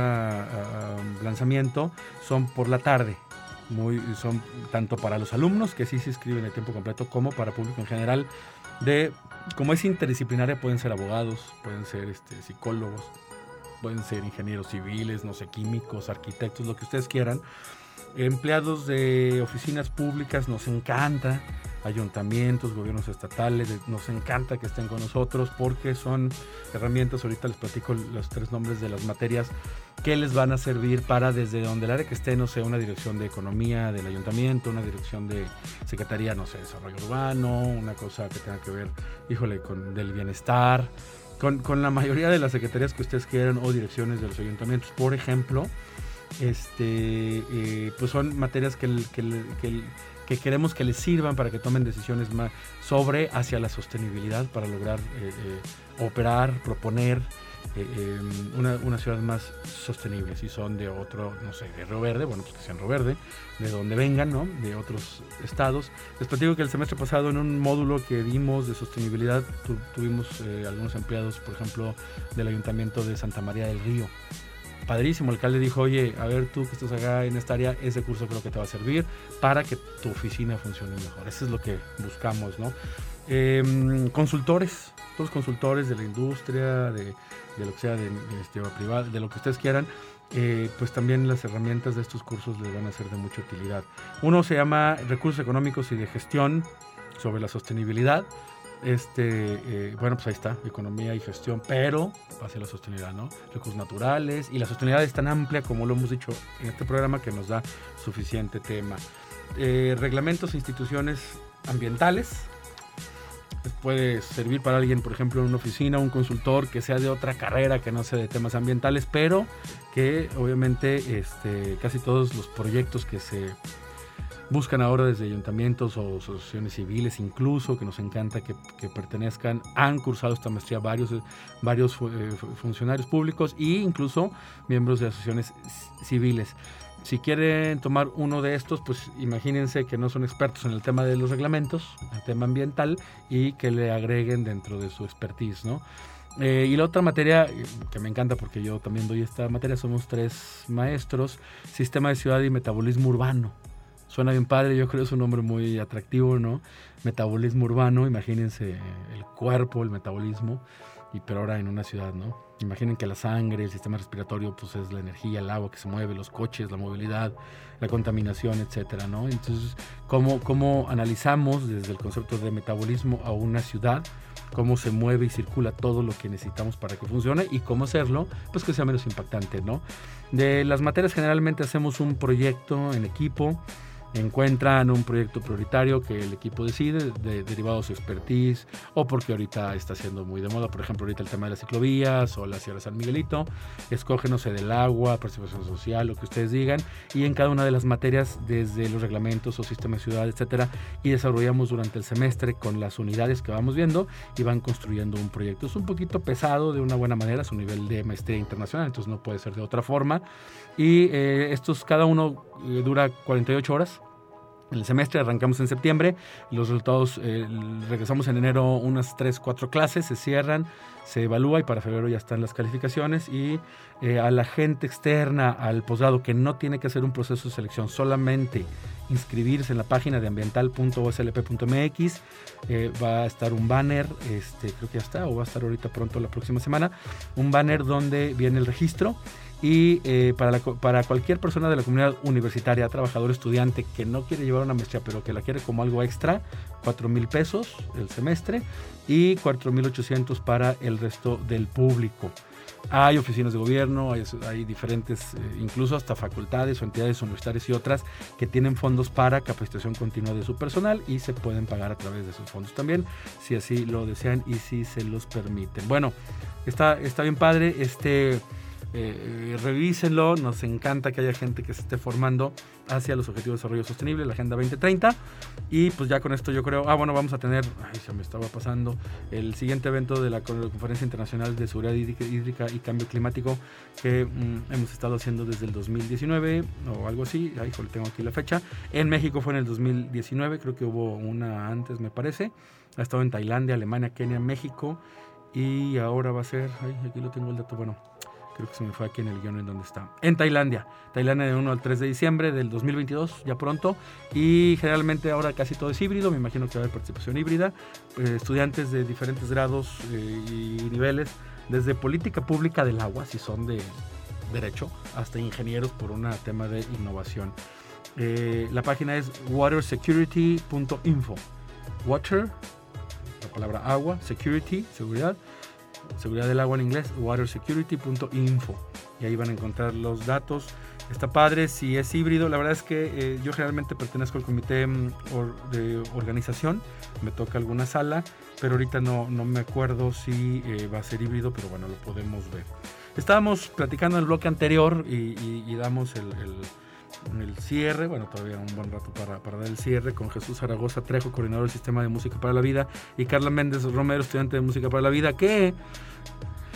uh, lanzamiento, son por la tarde, muy, son tanto para los alumnos que sí se inscriben de tiempo completo como para público en general. De, como es interdisciplinaria, pueden ser abogados, pueden ser este, psicólogos, pueden ser ingenieros civiles, no sé, químicos, arquitectos, lo que ustedes quieran. Empleados de oficinas públicas, nos encanta, ayuntamientos, gobiernos estatales, nos encanta que estén con nosotros porque son herramientas, ahorita les platico los tres nombres de las materias que les van a servir para desde donde el área que esté, no sé, una dirección de economía del ayuntamiento, una dirección de secretaría, no sé, desarrollo urbano, una cosa que tenga que ver, híjole, con del bienestar, con, con la mayoría de las secretarías que ustedes quieran o direcciones de los ayuntamientos, por ejemplo. Este, eh, pues son materias que, que, que, que queremos que les sirvan para que tomen decisiones más sobre hacia la sostenibilidad para lograr eh, eh, operar, proponer eh, eh, una, una ciudad más sostenible. Si son de otro, no sé, de Río Verde, bueno, pues que sean Río Verde, de donde vengan, ¿no? De otros estados. Les platico que el semestre pasado en un módulo que dimos de sostenibilidad tu, tuvimos eh, algunos empleados, por ejemplo, del Ayuntamiento de Santa María del Río. Padrísimo, el alcalde dijo, oye, a ver, tú que estás acá en esta área, ese curso creo que te va a servir para que tu oficina funcione mejor. Eso es lo que buscamos, ¿no? Eh, consultores, todos los consultores de la industria, de, de lo que sea, de, de iniciativa privada, de lo que ustedes quieran, eh, pues también las herramientas de estos cursos les van a ser de mucha utilidad. Uno se llama Recursos Económicos y de Gestión sobre la Sostenibilidad. Este, eh, bueno, pues ahí está, economía y gestión, pero hacia la sostenibilidad, ¿no? Recursos naturales, y la sostenibilidad es tan amplia como lo hemos dicho en este programa que nos da suficiente tema. Eh, reglamentos e instituciones ambientales. Puede servir para alguien, por ejemplo, en una oficina, un consultor que sea de otra carrera, que no sea de temas ambientales, pero que obviamente este, casi todos los proyectos que se buscan ahora desde ayuntamientos o asociaciones civiles, incluso, que nos encanta que, que pertenezcan, han cursado esta maestría varios, varios eh, funcionarios públicos e incluso miembros de asociaciones civiles. Si quieren tomar uno de estos, pues imagínense que no son expertos en el tema de los reglamentos, el tema ambiental, y que le agreguen dentro de su expertise, ¿no? Eh, y la otra materia que me encanta, porque yo también doy esta materia, somos tres maestros, Sistema de Ciudad y Metabolismo Urbano. Suena bien padre, yo creo que es un nombre muy atractivo, ¿no? Metabolismo urbano, imagínense el cuerpo, el metabolismo, y pero ahora en una ciudad, ¿no? Imaginen que la sangre, el sistema respiratorio, pues es la energía, el agua que se mueve, los coches, la movilidad, la contaminación, etcétera, ¿no? Entonces, ¿cómo, cómo analizamos desde el concepto de metabolismo a una ciudad? Cómo se mueve y circula todo lo que necesitamos para que funcione y cómo hacerlo, pues que sea menos impactante, ¿no? De las materias generalmente hacemos un proyecto en equipo. Encuentran un proyecto prioritario que el equipo decide, de, derivado de su expertise, o porque ahorita está siendo muy de moda, por ejemplo, ahorita el tema de las ciclovías o la Sierra San Miguelito. Escogen, no sé, del agua, participación social, lo que ustedes digan, y en cada una de las materias, desde los reglamentos o sistema de ciudad, etcétera, y desarrollamos durante el semestre con las unidades que vamos viendo y van construyendo un proyecto. Es un poquito pesado de una buena manera, es un nivel de maestría internacional, entonces no puede ser de otra forma, y eh, estos cada uno eh, dura cuarenta y ocho horas. El semestre arrancamos en septiembre, los resultados eh, regresamos en enero, unas tres, cuatro clases, se cierran, se evalúa y para febrero ya están las calificaciones, y eh, a la gente externa al posgrado que no tiene que hacer un proceso de selección, solamente inscribirse en la página de ambiental punto o s l p punto m x, eh, va a estar un banner, este, creo que ya está, o va a estar ahorita pronto la próxima semana, un banner donde viene el registro. Y eh, para, la, para cualquier persona de la comunidad universitaria, trabajador, estudiante que no quiere llevar una maestría pero que la quiere como algo extra, cuatro mil pesos el semestre y cuatro mil ochocientos para el resto del público. Hay oficinas de gobierno, hay, hay diferentes, eh, incluso hasta facultades o entidades universitarias y otras que tienen fondos para capacitación continua de su personal y se pueden pagar a través de esos fondos también, si así lo desean y si se los permiten. Bueno, está, está bien padre, este... Eh, revísenlo, nos encanta que haya gente que se esté formando hacia los Objetivos de Desarrollo Sostenible, la Agenda veinte treinta, y pues ya con esto yo creo, ah bueno, vamos a tener, ay, se me estaba pasando, el siguiente evento de la Conferencia Internacional de Seguridad Hídrica y Cambio Climático que mm, hemos estado haciendo desde el dos mil diecinueve o algo así, ay, joder, tengo aquí la fecha, en México fue en el dos mil diecinueve, creo que hubo una antes me parece, ha estado en Tailandia, Alemania, Kenia, México, y ahora va a ser, ay, aquí lo tengo el dato, bueno, creo que se me fue aquí en el guión en donde está. En Tailandia. Tailandia del uno al tres de diciembre del dos mil veintidós, ya pronto. Y generalmente ahora casi todo es híbrido. Me imagino que va a haber participación híbrida. Eh, estudiantes de diferentes grados eh, y niveles. Desde política pública del agua, si son de derecho, hasta ingenieros por un tema de innovación. Eh, la página es water security punto info. Water, la palabra agua, security, seguridad. Seguridad del agua en inglés, water security punto info, y ahí van a encontrar los datos. Está padre si es híbrido. La verdad es que eh, yo generalmente pertenezco al comité or, de organización, me toca alguna sala, pero ahorita no, no me acuerdo si eh, va a ser híbrido, pero bueno, lo podemos ver. Estábamos platicando en el bloque anterior y, y, y damos el, el, el cierre, bueno, todavía un buen rato para, para dar el cierre con Jesús Zaragoza Trejo, coordinador del Sistema de Música para la Vida, y Carla Méndez Romero, estudiante de Música para la Vida, que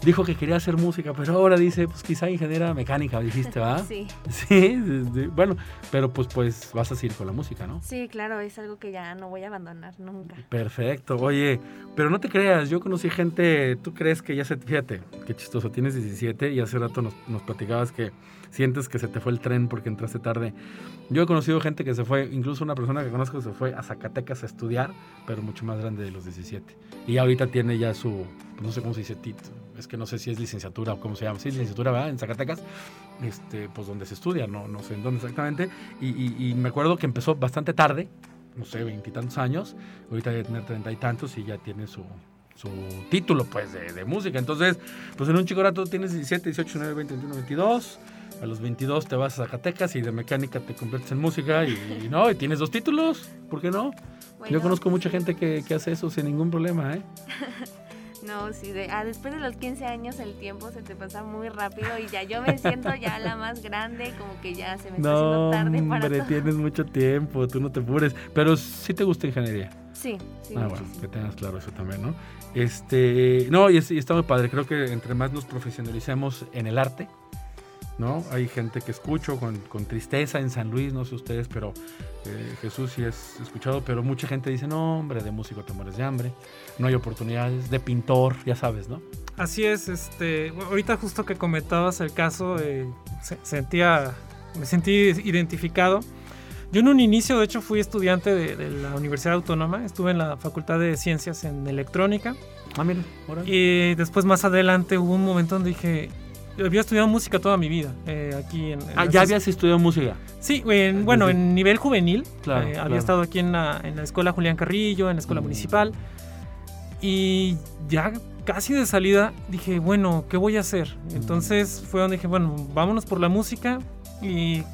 dijo que quería hacer música, pero ahora dice, pues quizá ingeniera mecánica, dijiste, ¿va? Sí. Sí, de, de, bueno, pero pues, pues vas a seguir con la música, ¿no? Sí, claro, es algo que ya no voy a abandonar nunca. Perfecto, oye, pero no te creas, yo conocí gente, tú crees que ya se, fíjate, qué chistoso, tienes diecisiete y hace rato nos, nos platicabas que sientes que se te fue el tren porque entraste tarde. Yo he conocido gente que se fue, incluso una persona que conozco se fue a Zacatecas a estudiar, pero mucho más grande de los diecisiete. Y ahorita tiene ya su, no sé cómo se dice, tit, es que no sé si es licenciatura o cómo se llama, sí, licenciatura, ¿verdad? En Zacatecas, este, pues donde se estudia, no, no sé en dónde exactamente. Y, y, y me acuerdo que empezó bastante tarde, no sé, veintitantos años, ahorita debe tener treinta y tantos y ya tiene su... su título pues de, de música. Entonces pues en un chico rato tienes diecisiete, dieciocho, diecinueve, veinte, veintiuno, veintidós, a los veintidós te vas a Zacatecas y de mecánica te conviertes en música y, y no, y tienes dos títulos, ¿por qué no? Bueno, yo conozco mucha gente que, que hace eso sin ningún problema, ¿eh? No, sí, de, ah, después de los quince años el tiempo se te pasa muy rápido y ya yo me siento ya la más grande, como que ya se me está no, haciendo tarde para hombre, todo. Tienes mucho tiempo, tú no te apures, pero sí te gusta ingeniería. Sí, sí. Ah, bueno, que tengas claro eso también, ¿no? Este, no, y, es, y está muy padre, creo que entre más nos profesionalicemos en el arte, ¿no? Hay gente que escucho con, con tristeza en San Luis, no sé ustedes, pero eh, Jesús sí es escuchado, pero mucha gente dice, no, hombre, de músico te mueres de hambre, no hay oportunidades, de pintor, ya sabes, ¿no? Así es, este, ahorita justo que comentabas el caso, eh, se, sentía, me sentí identificado. Yo en un inicio, de hecho, fui estudiante de, de la Universidad Autónoma, estuve en la Facultad de Ciencias en Electrónica. Ah, mira, ahora. Y después más adelante hubo un momento donde dije, había estudiado música toda mi vida, eh, aquí en... en ah, ¿ya habías estudiado música? Sí, en, bueno, Desde... en nivel juvenil, claro, eh, claro. había estado aquí en la, en la Escuela Julián Carrillo, en la Escuela mm. Municipal, y ya casi de salida dije, bueno, ¿qué voy a hacer? Entonces fue donde dije, bueno, vámonos por la música, y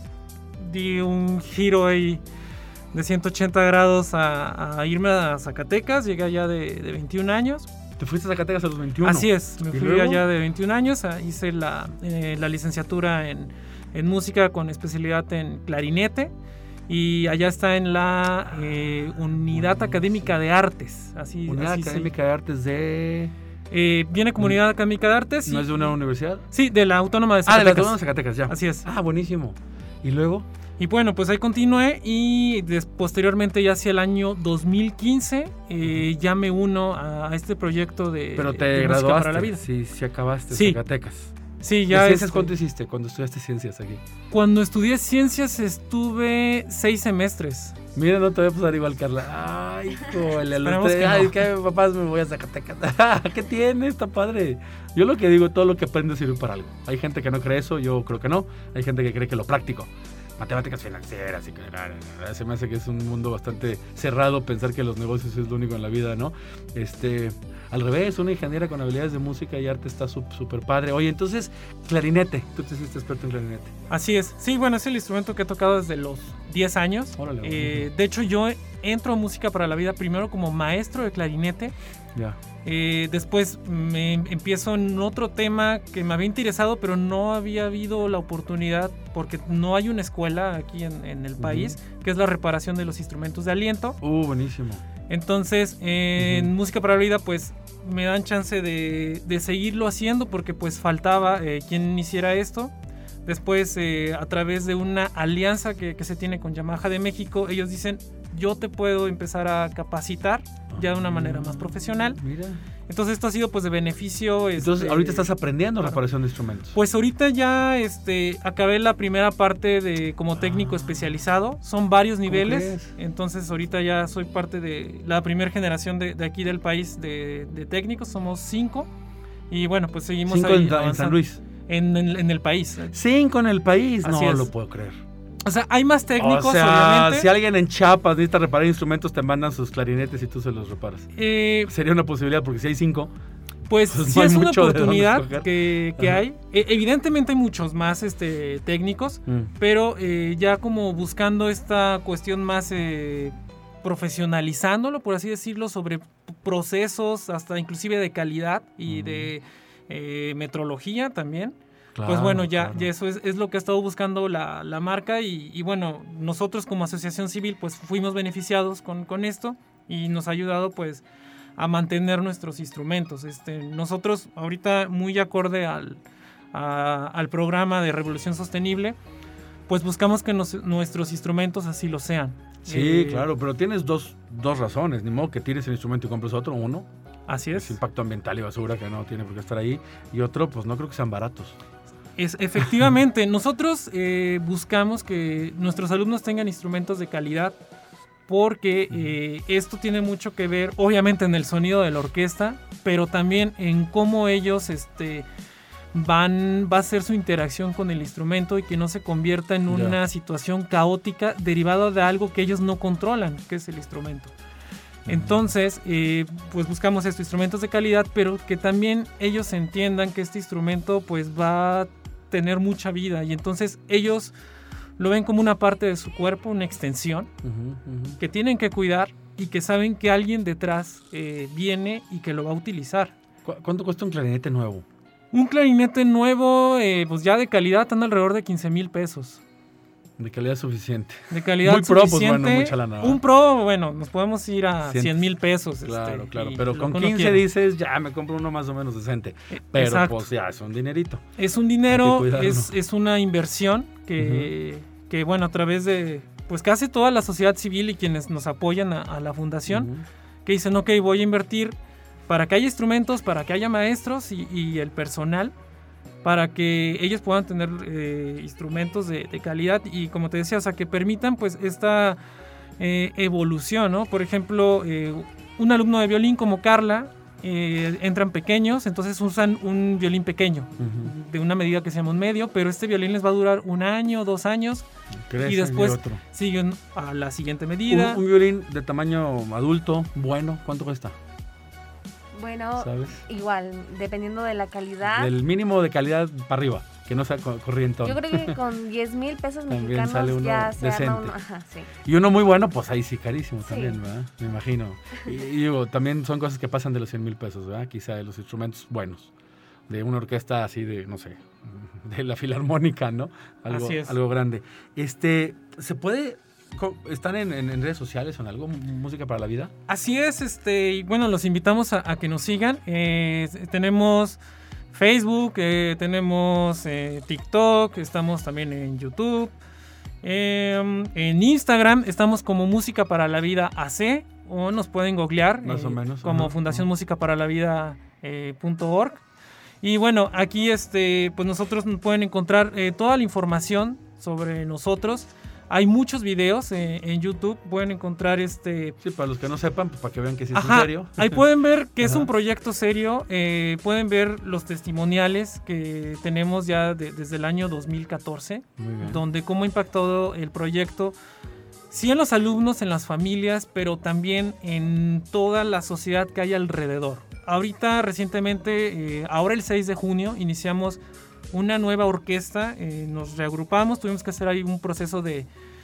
di un giro ahí de ciento ochenta grados a, a irme a Zacatecas, llegué allá de, de veintiún años. ¿Te fuiste a Zacatecas a los veintiuno? Así es, me fui luego? allá de veintiún años, hice la, eh, la licenciatura en, en música con especialidad en clarinete y allá está en la eh, Unidad Académica de Artes. Así, Unidad así Académica sí. de Artes de... Eh, viene como Unidad Académica de Artes. ¿No y, es de una universidad? Sí, de la Autónoma de Ah, Zacatecas. de la Autónoma de Zacatecas, ya. Así es. Ah, buenísimo. ¿Y luego? Y bueno, pues ahí continué y des, posteriormente ya hacia el año dos mil quince eh, ya me uno a, a este proyecto de, Pero te de graduaste, para la vida. Sí, sí acabaste sí. Zacatecas. Sí, ya. ¿Ciencias este, cuánto hiciste cuando estudiaste ciencias aquí? Cuando estudié ciencias estuve seis semestres. Mira, no te voy a pasar igual, Carla. Ay, híjole, Esperemos que ay, no. que papás me voy a Zacatecas. ¿Qué tiene? Está padre. Yo lo que digo, todo lo que aprendes sirve para algo. Hay gente que no cree eso, yo creo que no. Hay gente que cree que lo práctico. Matemáticas financieras y que se me hace que es un mundo bastante cerrado pensar que los negocios es lo único en la vida, ¿no? Este, al revés, una ingeniera con habilidades de música y arte está súper padre. Oye, entonces, clarinete, tú te hiciste experto en clarinete. Así es, sí, bueno, es el instrumento que he tocado desde los diez años. Órale, eh, de hecho, yo entro a Música para la Vida primero como maestro de clarinete. Ya. Eh, después me empiezo en otro tema que me había interesado, pero no había habido la oportunidad porque no hay una escuela aquí en, en el país, uh-huh. que es la reparación de los instrumentos de aliento. Uh, buenísimo. Entonces, eh, uh-huh. en Música para la Vida, pues me dan chance de, de seguirlo haciendo porque pues faltaba eh, quien hiciera esto. Después, eh, a través de una alianza que, que se tiene con Yamaha de México, ellos dicen, yo te puedo empezar a capacitar ya de una manera más profesional. Mira. Entonces esto ha sido pues de beneficio. Entonces este, ahorita estás aprendiendo reparación de instrumentos. Pues ahorita ya este, acabé la primera parte de como técnico ah. especializado. Son varios niveles. Entonces ahorita ya soy parte de la primera generación de, de aquí del país de, de técnicos. Somos cinco. Y bueno, pues seguimos cinco ahí en, en San Luis. En, en, en el país. Cinco en el país. Así no es. lo puedo creer. O sea, hay más técnicos, o sea, obviamente. Si alguien en Chiapas necesita reparar instrumentos, te mandan sus clarinetes y tú se los reparas. Eh, Sería una posibilidad, porque si hay cinco... Pues, pues sí, no es una oportunidad que, que hay. Eh, evidentemente hay muchos más este, técnicos, mm. pero eh, ya como buscando esta cuestión más eh, profesionalizándolo, por así decirlo, sobre procesos, hasta inclusive de calidad y mm. de eh, metrología también. Claro, pues bueno, ya, claro. ya eso es, es lo que ha estado buscando la, la marca y, y bueno, nosotros como asociación civil pues fuimos beneficiados con, con esto y nos ha ayudado pues a mantener nuestros instrumentos. Este, nosotros ahorita, muy acorde al, a, al programa de Revolución Sostenible, pues buscamos que nos, nuestros instrumentos así lo sean. Sí, eh, claro, pero tienes dos, dos razones, ni modo que tires el instrumento y compres otro, uno. Así es. Es impacto ambiental y basura que no tiene por qué estar ahí, y otro, pues no creo que sean baratos. Es, efectivamente, nosotros eh, buscamos que nuestros alumnos tengan instrumentos de calidad, porque eh, esto tiene mucho que ver, obviamente, en el sonido de la orquesta, pero también en cómo ellos este, van, va a ser su interacción con el instrumento y que no se convierta en una yeah. situación caótica derivada de algo que ellos no controlan, que es el instrumento. Entonces, eh, pues buscamos estos instrumentos de calidad, pero que también ellos entiendan que este instrumento pues va a tener mucha vida, y entonces ellos lo ven como una parte de su cuerpo, una extensión, uh-huh, uh-huh. que tienen que cuidar y que saben que alguien detrás eh, viene y que lo va a utilizar. ¿Cu- ¿Cuánto cuesta un clarinete nuevo? Un clarinete nuevo, eh, pues ya de calidad, anda alrededor de quince mil pesos. De calidad suficiente. De calidad Muy pro, suficiente. pues bueno, mucha lana. Un pro, bueno, nos podemos ir a cien mil pesos. Claro, este, claro, pero con quince quiera. dices, ya me compro uno más o menos decente. Pero Exacto. pues ya, es un dinerito. Es un dinero, es, es una inversión que, uh-huh. que, bueno, a través de, pues casi toda la sociedad civil y quienes nos apoyan a, a la fundación, uh-huh. que dicen, ok, voy a invertir para que haya instrumentos, para que haya maestros y, y el personal, para que ellos puedan tener eh, instrumentos de, de calidad y, como te decía, o sea, que permitan pues esta eh, evolución, ¿no? Por ejemplo, eh, un alumno de violín como Carla, eh, entran pequeños, entonces usan un violín pequeño, uh-huh. de una medida que se llama un medio, pero este violín les va a durar un año, dos años, Crecen y después y otro. siguen a la siguiente medida. Un, un violín de tamaño adulto, bueno, ¿cuánto cuesta? Bueno, ¿sabes? Igual, dependiendo de la calidad. Del mínimo de calidad para arriba, que no sea corrientón. Yo creo que con diez mil pesos también mexicanos sale uno ya se decente. arma uno. Ajá, sí. Y uno muy bueno, pues ahí sí carísimo Sí. también, ¿verdad? Me imagino. Y, y digo, también son cosas que pasan de los cien mil pesos, ¿verdad? Quizá de los instrumentos buenos. De una orquesta así de, no sé, de la filarmónica, ¿no? Algo, Así es. algo grande. Este, ¿se puede...? ¿Están en, en, en redes sociales o en algo? ¿Música para la vida? Así es, este, y bueno, los invitamos a, a que nos sigan. Eh, tenemos Facebook, eh, tenemos eh, TikTok, estamos también en YouTube, eh, en Instagram estamos como Música para la Vida A C, o nos pueden googlear más eh, o menos como ajá, Fundación ajá. Música para la Vida eh, punto org. Y bueno, aquí este, pues nosotros pueden encontrar eh, toda la información sobre nosotros. Hay muchos videos eh, en YouTube, pueden encontrar este... Sí, para los que no sepan, pues para que vean que sí es Ajá, en serio. ahí pueden ver que es Ajá. un proyecto serio, eh, pueden ver los testimoniales que tenemos ya de, desde el año dos mil catorce, Muy bien. donde cómo ha impactado el proyecto, sí en los alumnos, en las familias, pero también en toda la sociedad que hay alrededor. Ahorita, recientemente, eh, ahora el seis de junio, iniciamos una nueva orquesta, eh, nos reagrupamos, tuvimos que hacer ahí un proceso de,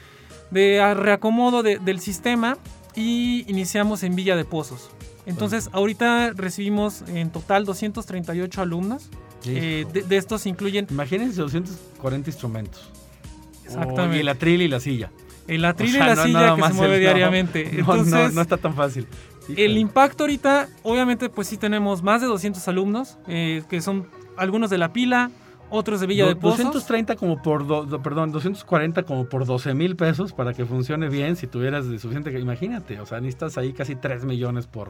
de reacomodo de, del sistema y iniciamos en Villa de Pozos. Entonces, ahorita recibimos en total doscientos treinta y ocho alumnos, eh, de, de estos incluyen... Imagínense doscientos cuarenta instrumentos. Exactamente. Oh, y el atril y la silla. El atril O sea, y la no, silla nada que más se mueve el- no, diariamente. No, Entonces, no, no está tan fácil. Híjole. el impacto ahorita, obviamente, pues sí tenemos más de doscientos alumnos, eh, que son algunos de La Pila, otros de Villa Do- de Pozos. doscientos treinta como por, do- do- perdón, doscientos cuarenta como por doce mil pesos para que funcione bien si tuvieras de suficiente, imagínate, o sea, necesitas ahí casi tres millones por...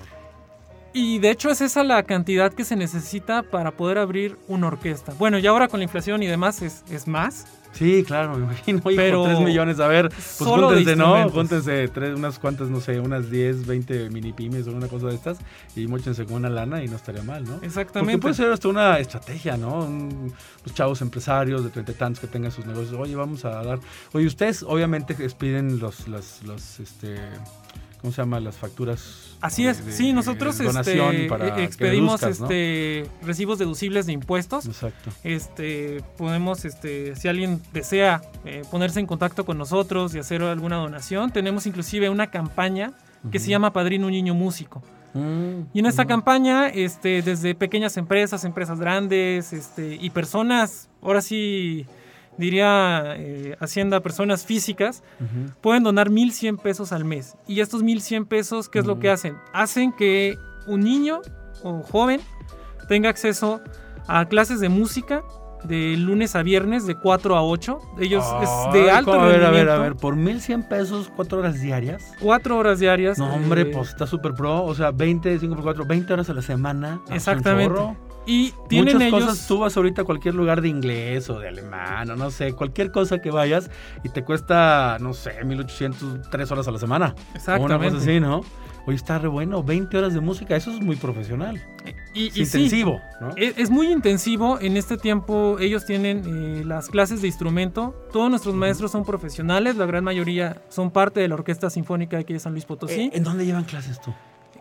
Y de hecho es esa la cantidad que se necesita para poder abrir una orquesta. Bueno, y ahora con la inflación y demás es, es más. Sí, claro, me imagino, hijo, Pero tres millones, a ver, pues solo de júntense, ¿no? instrumentos. Júntense tres, unas cuantas, no sé, unas diez, veinte mini pymes o una cosa de estas y móchense con una lana y no estaría mal, ¿no? Exactamente. Porque puede ser hasta una estrategia, ¿no? Un- los chavos empresarios de treinta y tantos que tengan sus negocios, oye, vamos a dar... Oye, ustedes obviamente expiden los, los, los, este... ¿Cómo se llama? Las facturas. Así de- es, de- sí, de nosotros donación este, para que expedimos deduzcas, ¿no? este, recibos deducibles de impuestos. Exacto. Este, podemos, este, si alguien desea eh, ponerse en contacto con nosotros y hacer alguna donación, tenemos inclusive una campaña que se llama Padrino un Niño Músico. Mm, Y en esta mm. campaña, este, desde pequeñas empresas, empresas grandes, este, y personas, ahora sí diría eh, Hacienda, personas físicas, Ujú. pueden donar mil cien pesos al mes. Y estos mil cien pesos, ¿qué es lo Mm. que hacen? Hacen que un niño o joven tenga acceso a clases de música de lunes a viernes de cuatro a ocho. Ellos Ay, es de alto a ver, rendimiento. a ver, a ver, por mil cien pesos, cuatro horas diarias. Cuatro horas diarias. No, hombre, eh, pues está súper pro. O sea, veinte, cinco por cuatro, veinte horas a la semana. Exactamente. Un chorro. Y tienen Muchas ellos... cosas, tú vas ahorita a cualquier lugar de inglés o de alemán o no sé, cualquier cosa que vayas y te cuesta, no sé, mil ochocientos, tres horas a la semana. Exactamente. O una cosa así, ¿no? Oye, está re bueno, veinte horas de música, eso es muy profesional. Y, Es y sí, intensivo, ¿no? Es, es muy intensivo. En este tiempo ellos tienen eh, las clases de instrumento. Todos nuestros maestros son profesionales. La gran mayoría son parte de la Orquesta Sinfónica de aquí de San Luis Potosí. Eh, ¿En dónde llevan clases tú?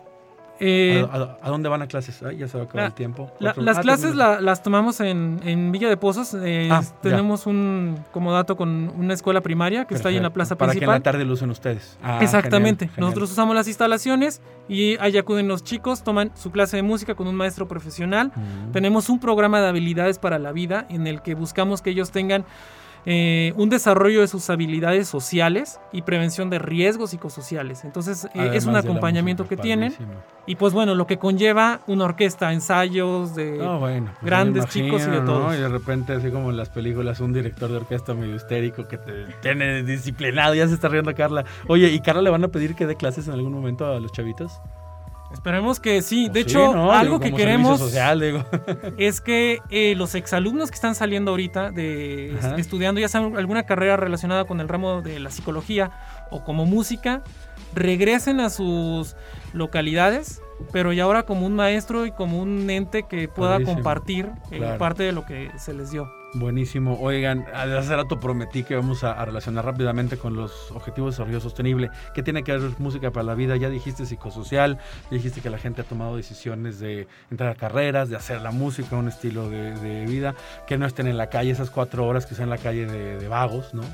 Eh, ¿A, a, a dónde van a clases? Ay, ya se va a acabar la, el tiempo. la, Otro- las ah, clases termina. la, las tomamos en, en Villa de Pozos. Eh, Ah, tenemos un comodato con una escuela primaria que está ahí en la plaza Para principal. que en la tarde lo usen ustedes. Ah, Exactamente. genial, genial. Nosotros usamos las instalaciones y ahí acuden los chicos, toman su clase de música con un maestro profesional. Mm. Tenemos un programa de habilidades para la vida en el que buscamos que ellos tengan eh, un desarrollo de sus habilidades sociales y prevención de riesgos psicosociales. Entonces eh, Además es un de la acompañamiento música, que tienen. padrísimo. Y pues bueno, lo que conlleva una orquesta, ensayos de... No, bueno, pues grandes, me imagino, chicos y de ¿no? todos. Y de repente, así como en las películas, un director de orquesta medio histérico que te tiene disciplinado, ya se está riendo Carla. Oye, ¿y Carla le van a pedir que dé clases en algún momento a los chavitos? Esperemos que sí. Pues De sí, hecho, ¿no? algo Digo, que como queremos servicio social, digo. es que eh, los exalumnos que están saliendo ahorita de Ajá. estudiando ya sea alguna carrera relacionada con el ramo de la psicología o como música, regresen a sus localidades, pero ya ahora como un maestro y como un ente que pueda Padrísimo. compartir eh, Claro. parte de lo que se les dio. Buenísimo. Oigan, hace rato prometí que vamos a, a relacionar rápidamente con los objetivos de desarrollo sostenible. ¿Qué tiene que ver música para la vida? Ya dijiste psicosocial, ya dijiste que la gente ha tomado decisiones de entrar a carreras, de hacer la música un estilo de, de vida, que no estén en la calle esas cuatro horas que sean en la calle de, de vagos, ¿no?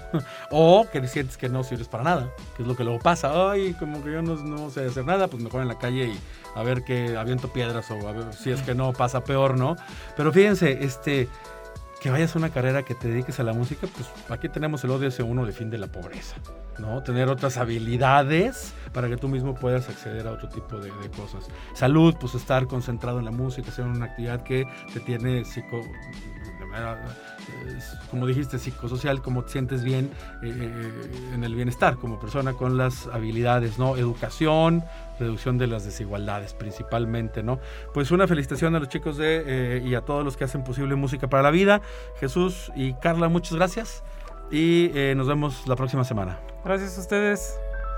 O que sientes que no sirves para nada, que es lo que luego pasa. Ay, como que yo no, no sé hacer nada, pues mejor en la calle y a ver que aviento piedras o a ver si es que no pasa peor, ¿no? Pero fíjense, este... que vayas a una carrera que te dediques a la música, pues aquí tenemos el O D S uno de fin de la pobreza, ¿no? Tener otras habilidades para que tú mismo puedas acceder a otro tipo de, de cosas. Salud, pues estar concentrado en la música, hacer una actividad que te tiene psico... de manera, eh, como dijiste, psicosocial, como te sientes bien eh, en el bienestar como persona con las habilidades, ¿no? Educación, reducción de las desigualdades principalmente, ¿no? Pues una felicitación a los chicos de eh, y a todos los que hacen posible Música para la Vida. Jesús y Carla, muchas gracias y eh, nos vemos la próxima semana. Gracias a ustedes.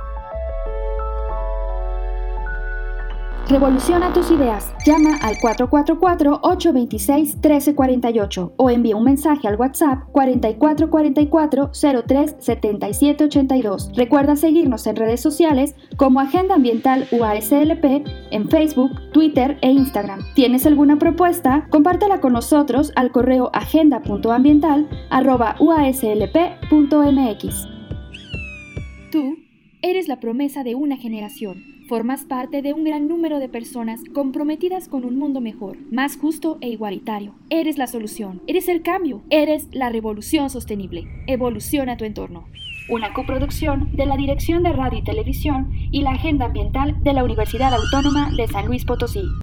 Revoluciona tus ideas. Llama al cuatro cuatro cuatro, ocho dos seis, uno tres cuatro ocho o envía un mensaje al WhatsApp cuatro cuatro cuatro cuatro, cero tres siete siete ocho dos. Recuerda seguirnos en redes sociales como Agenda Ambiental U A S L P en Facebook, Twitter e Instagram. ¿Tienes alguna propuesta? Compártela con nosotros al correo agenda punto ambiental arroba u a s l p punto m x. Tú eres la promesa de una generación. Formas parte de un gran número de personas comprometidas con un mundo mejor, más justo e igualitario. Eres la solución, eres el cambio, eres la revolución sostenible. Evoluciona tu entorno. Una coproducción de la Dirección de Radio y Televisión y la Agenda Ambiental de la Universidad Autónoma de San Luis Potosí.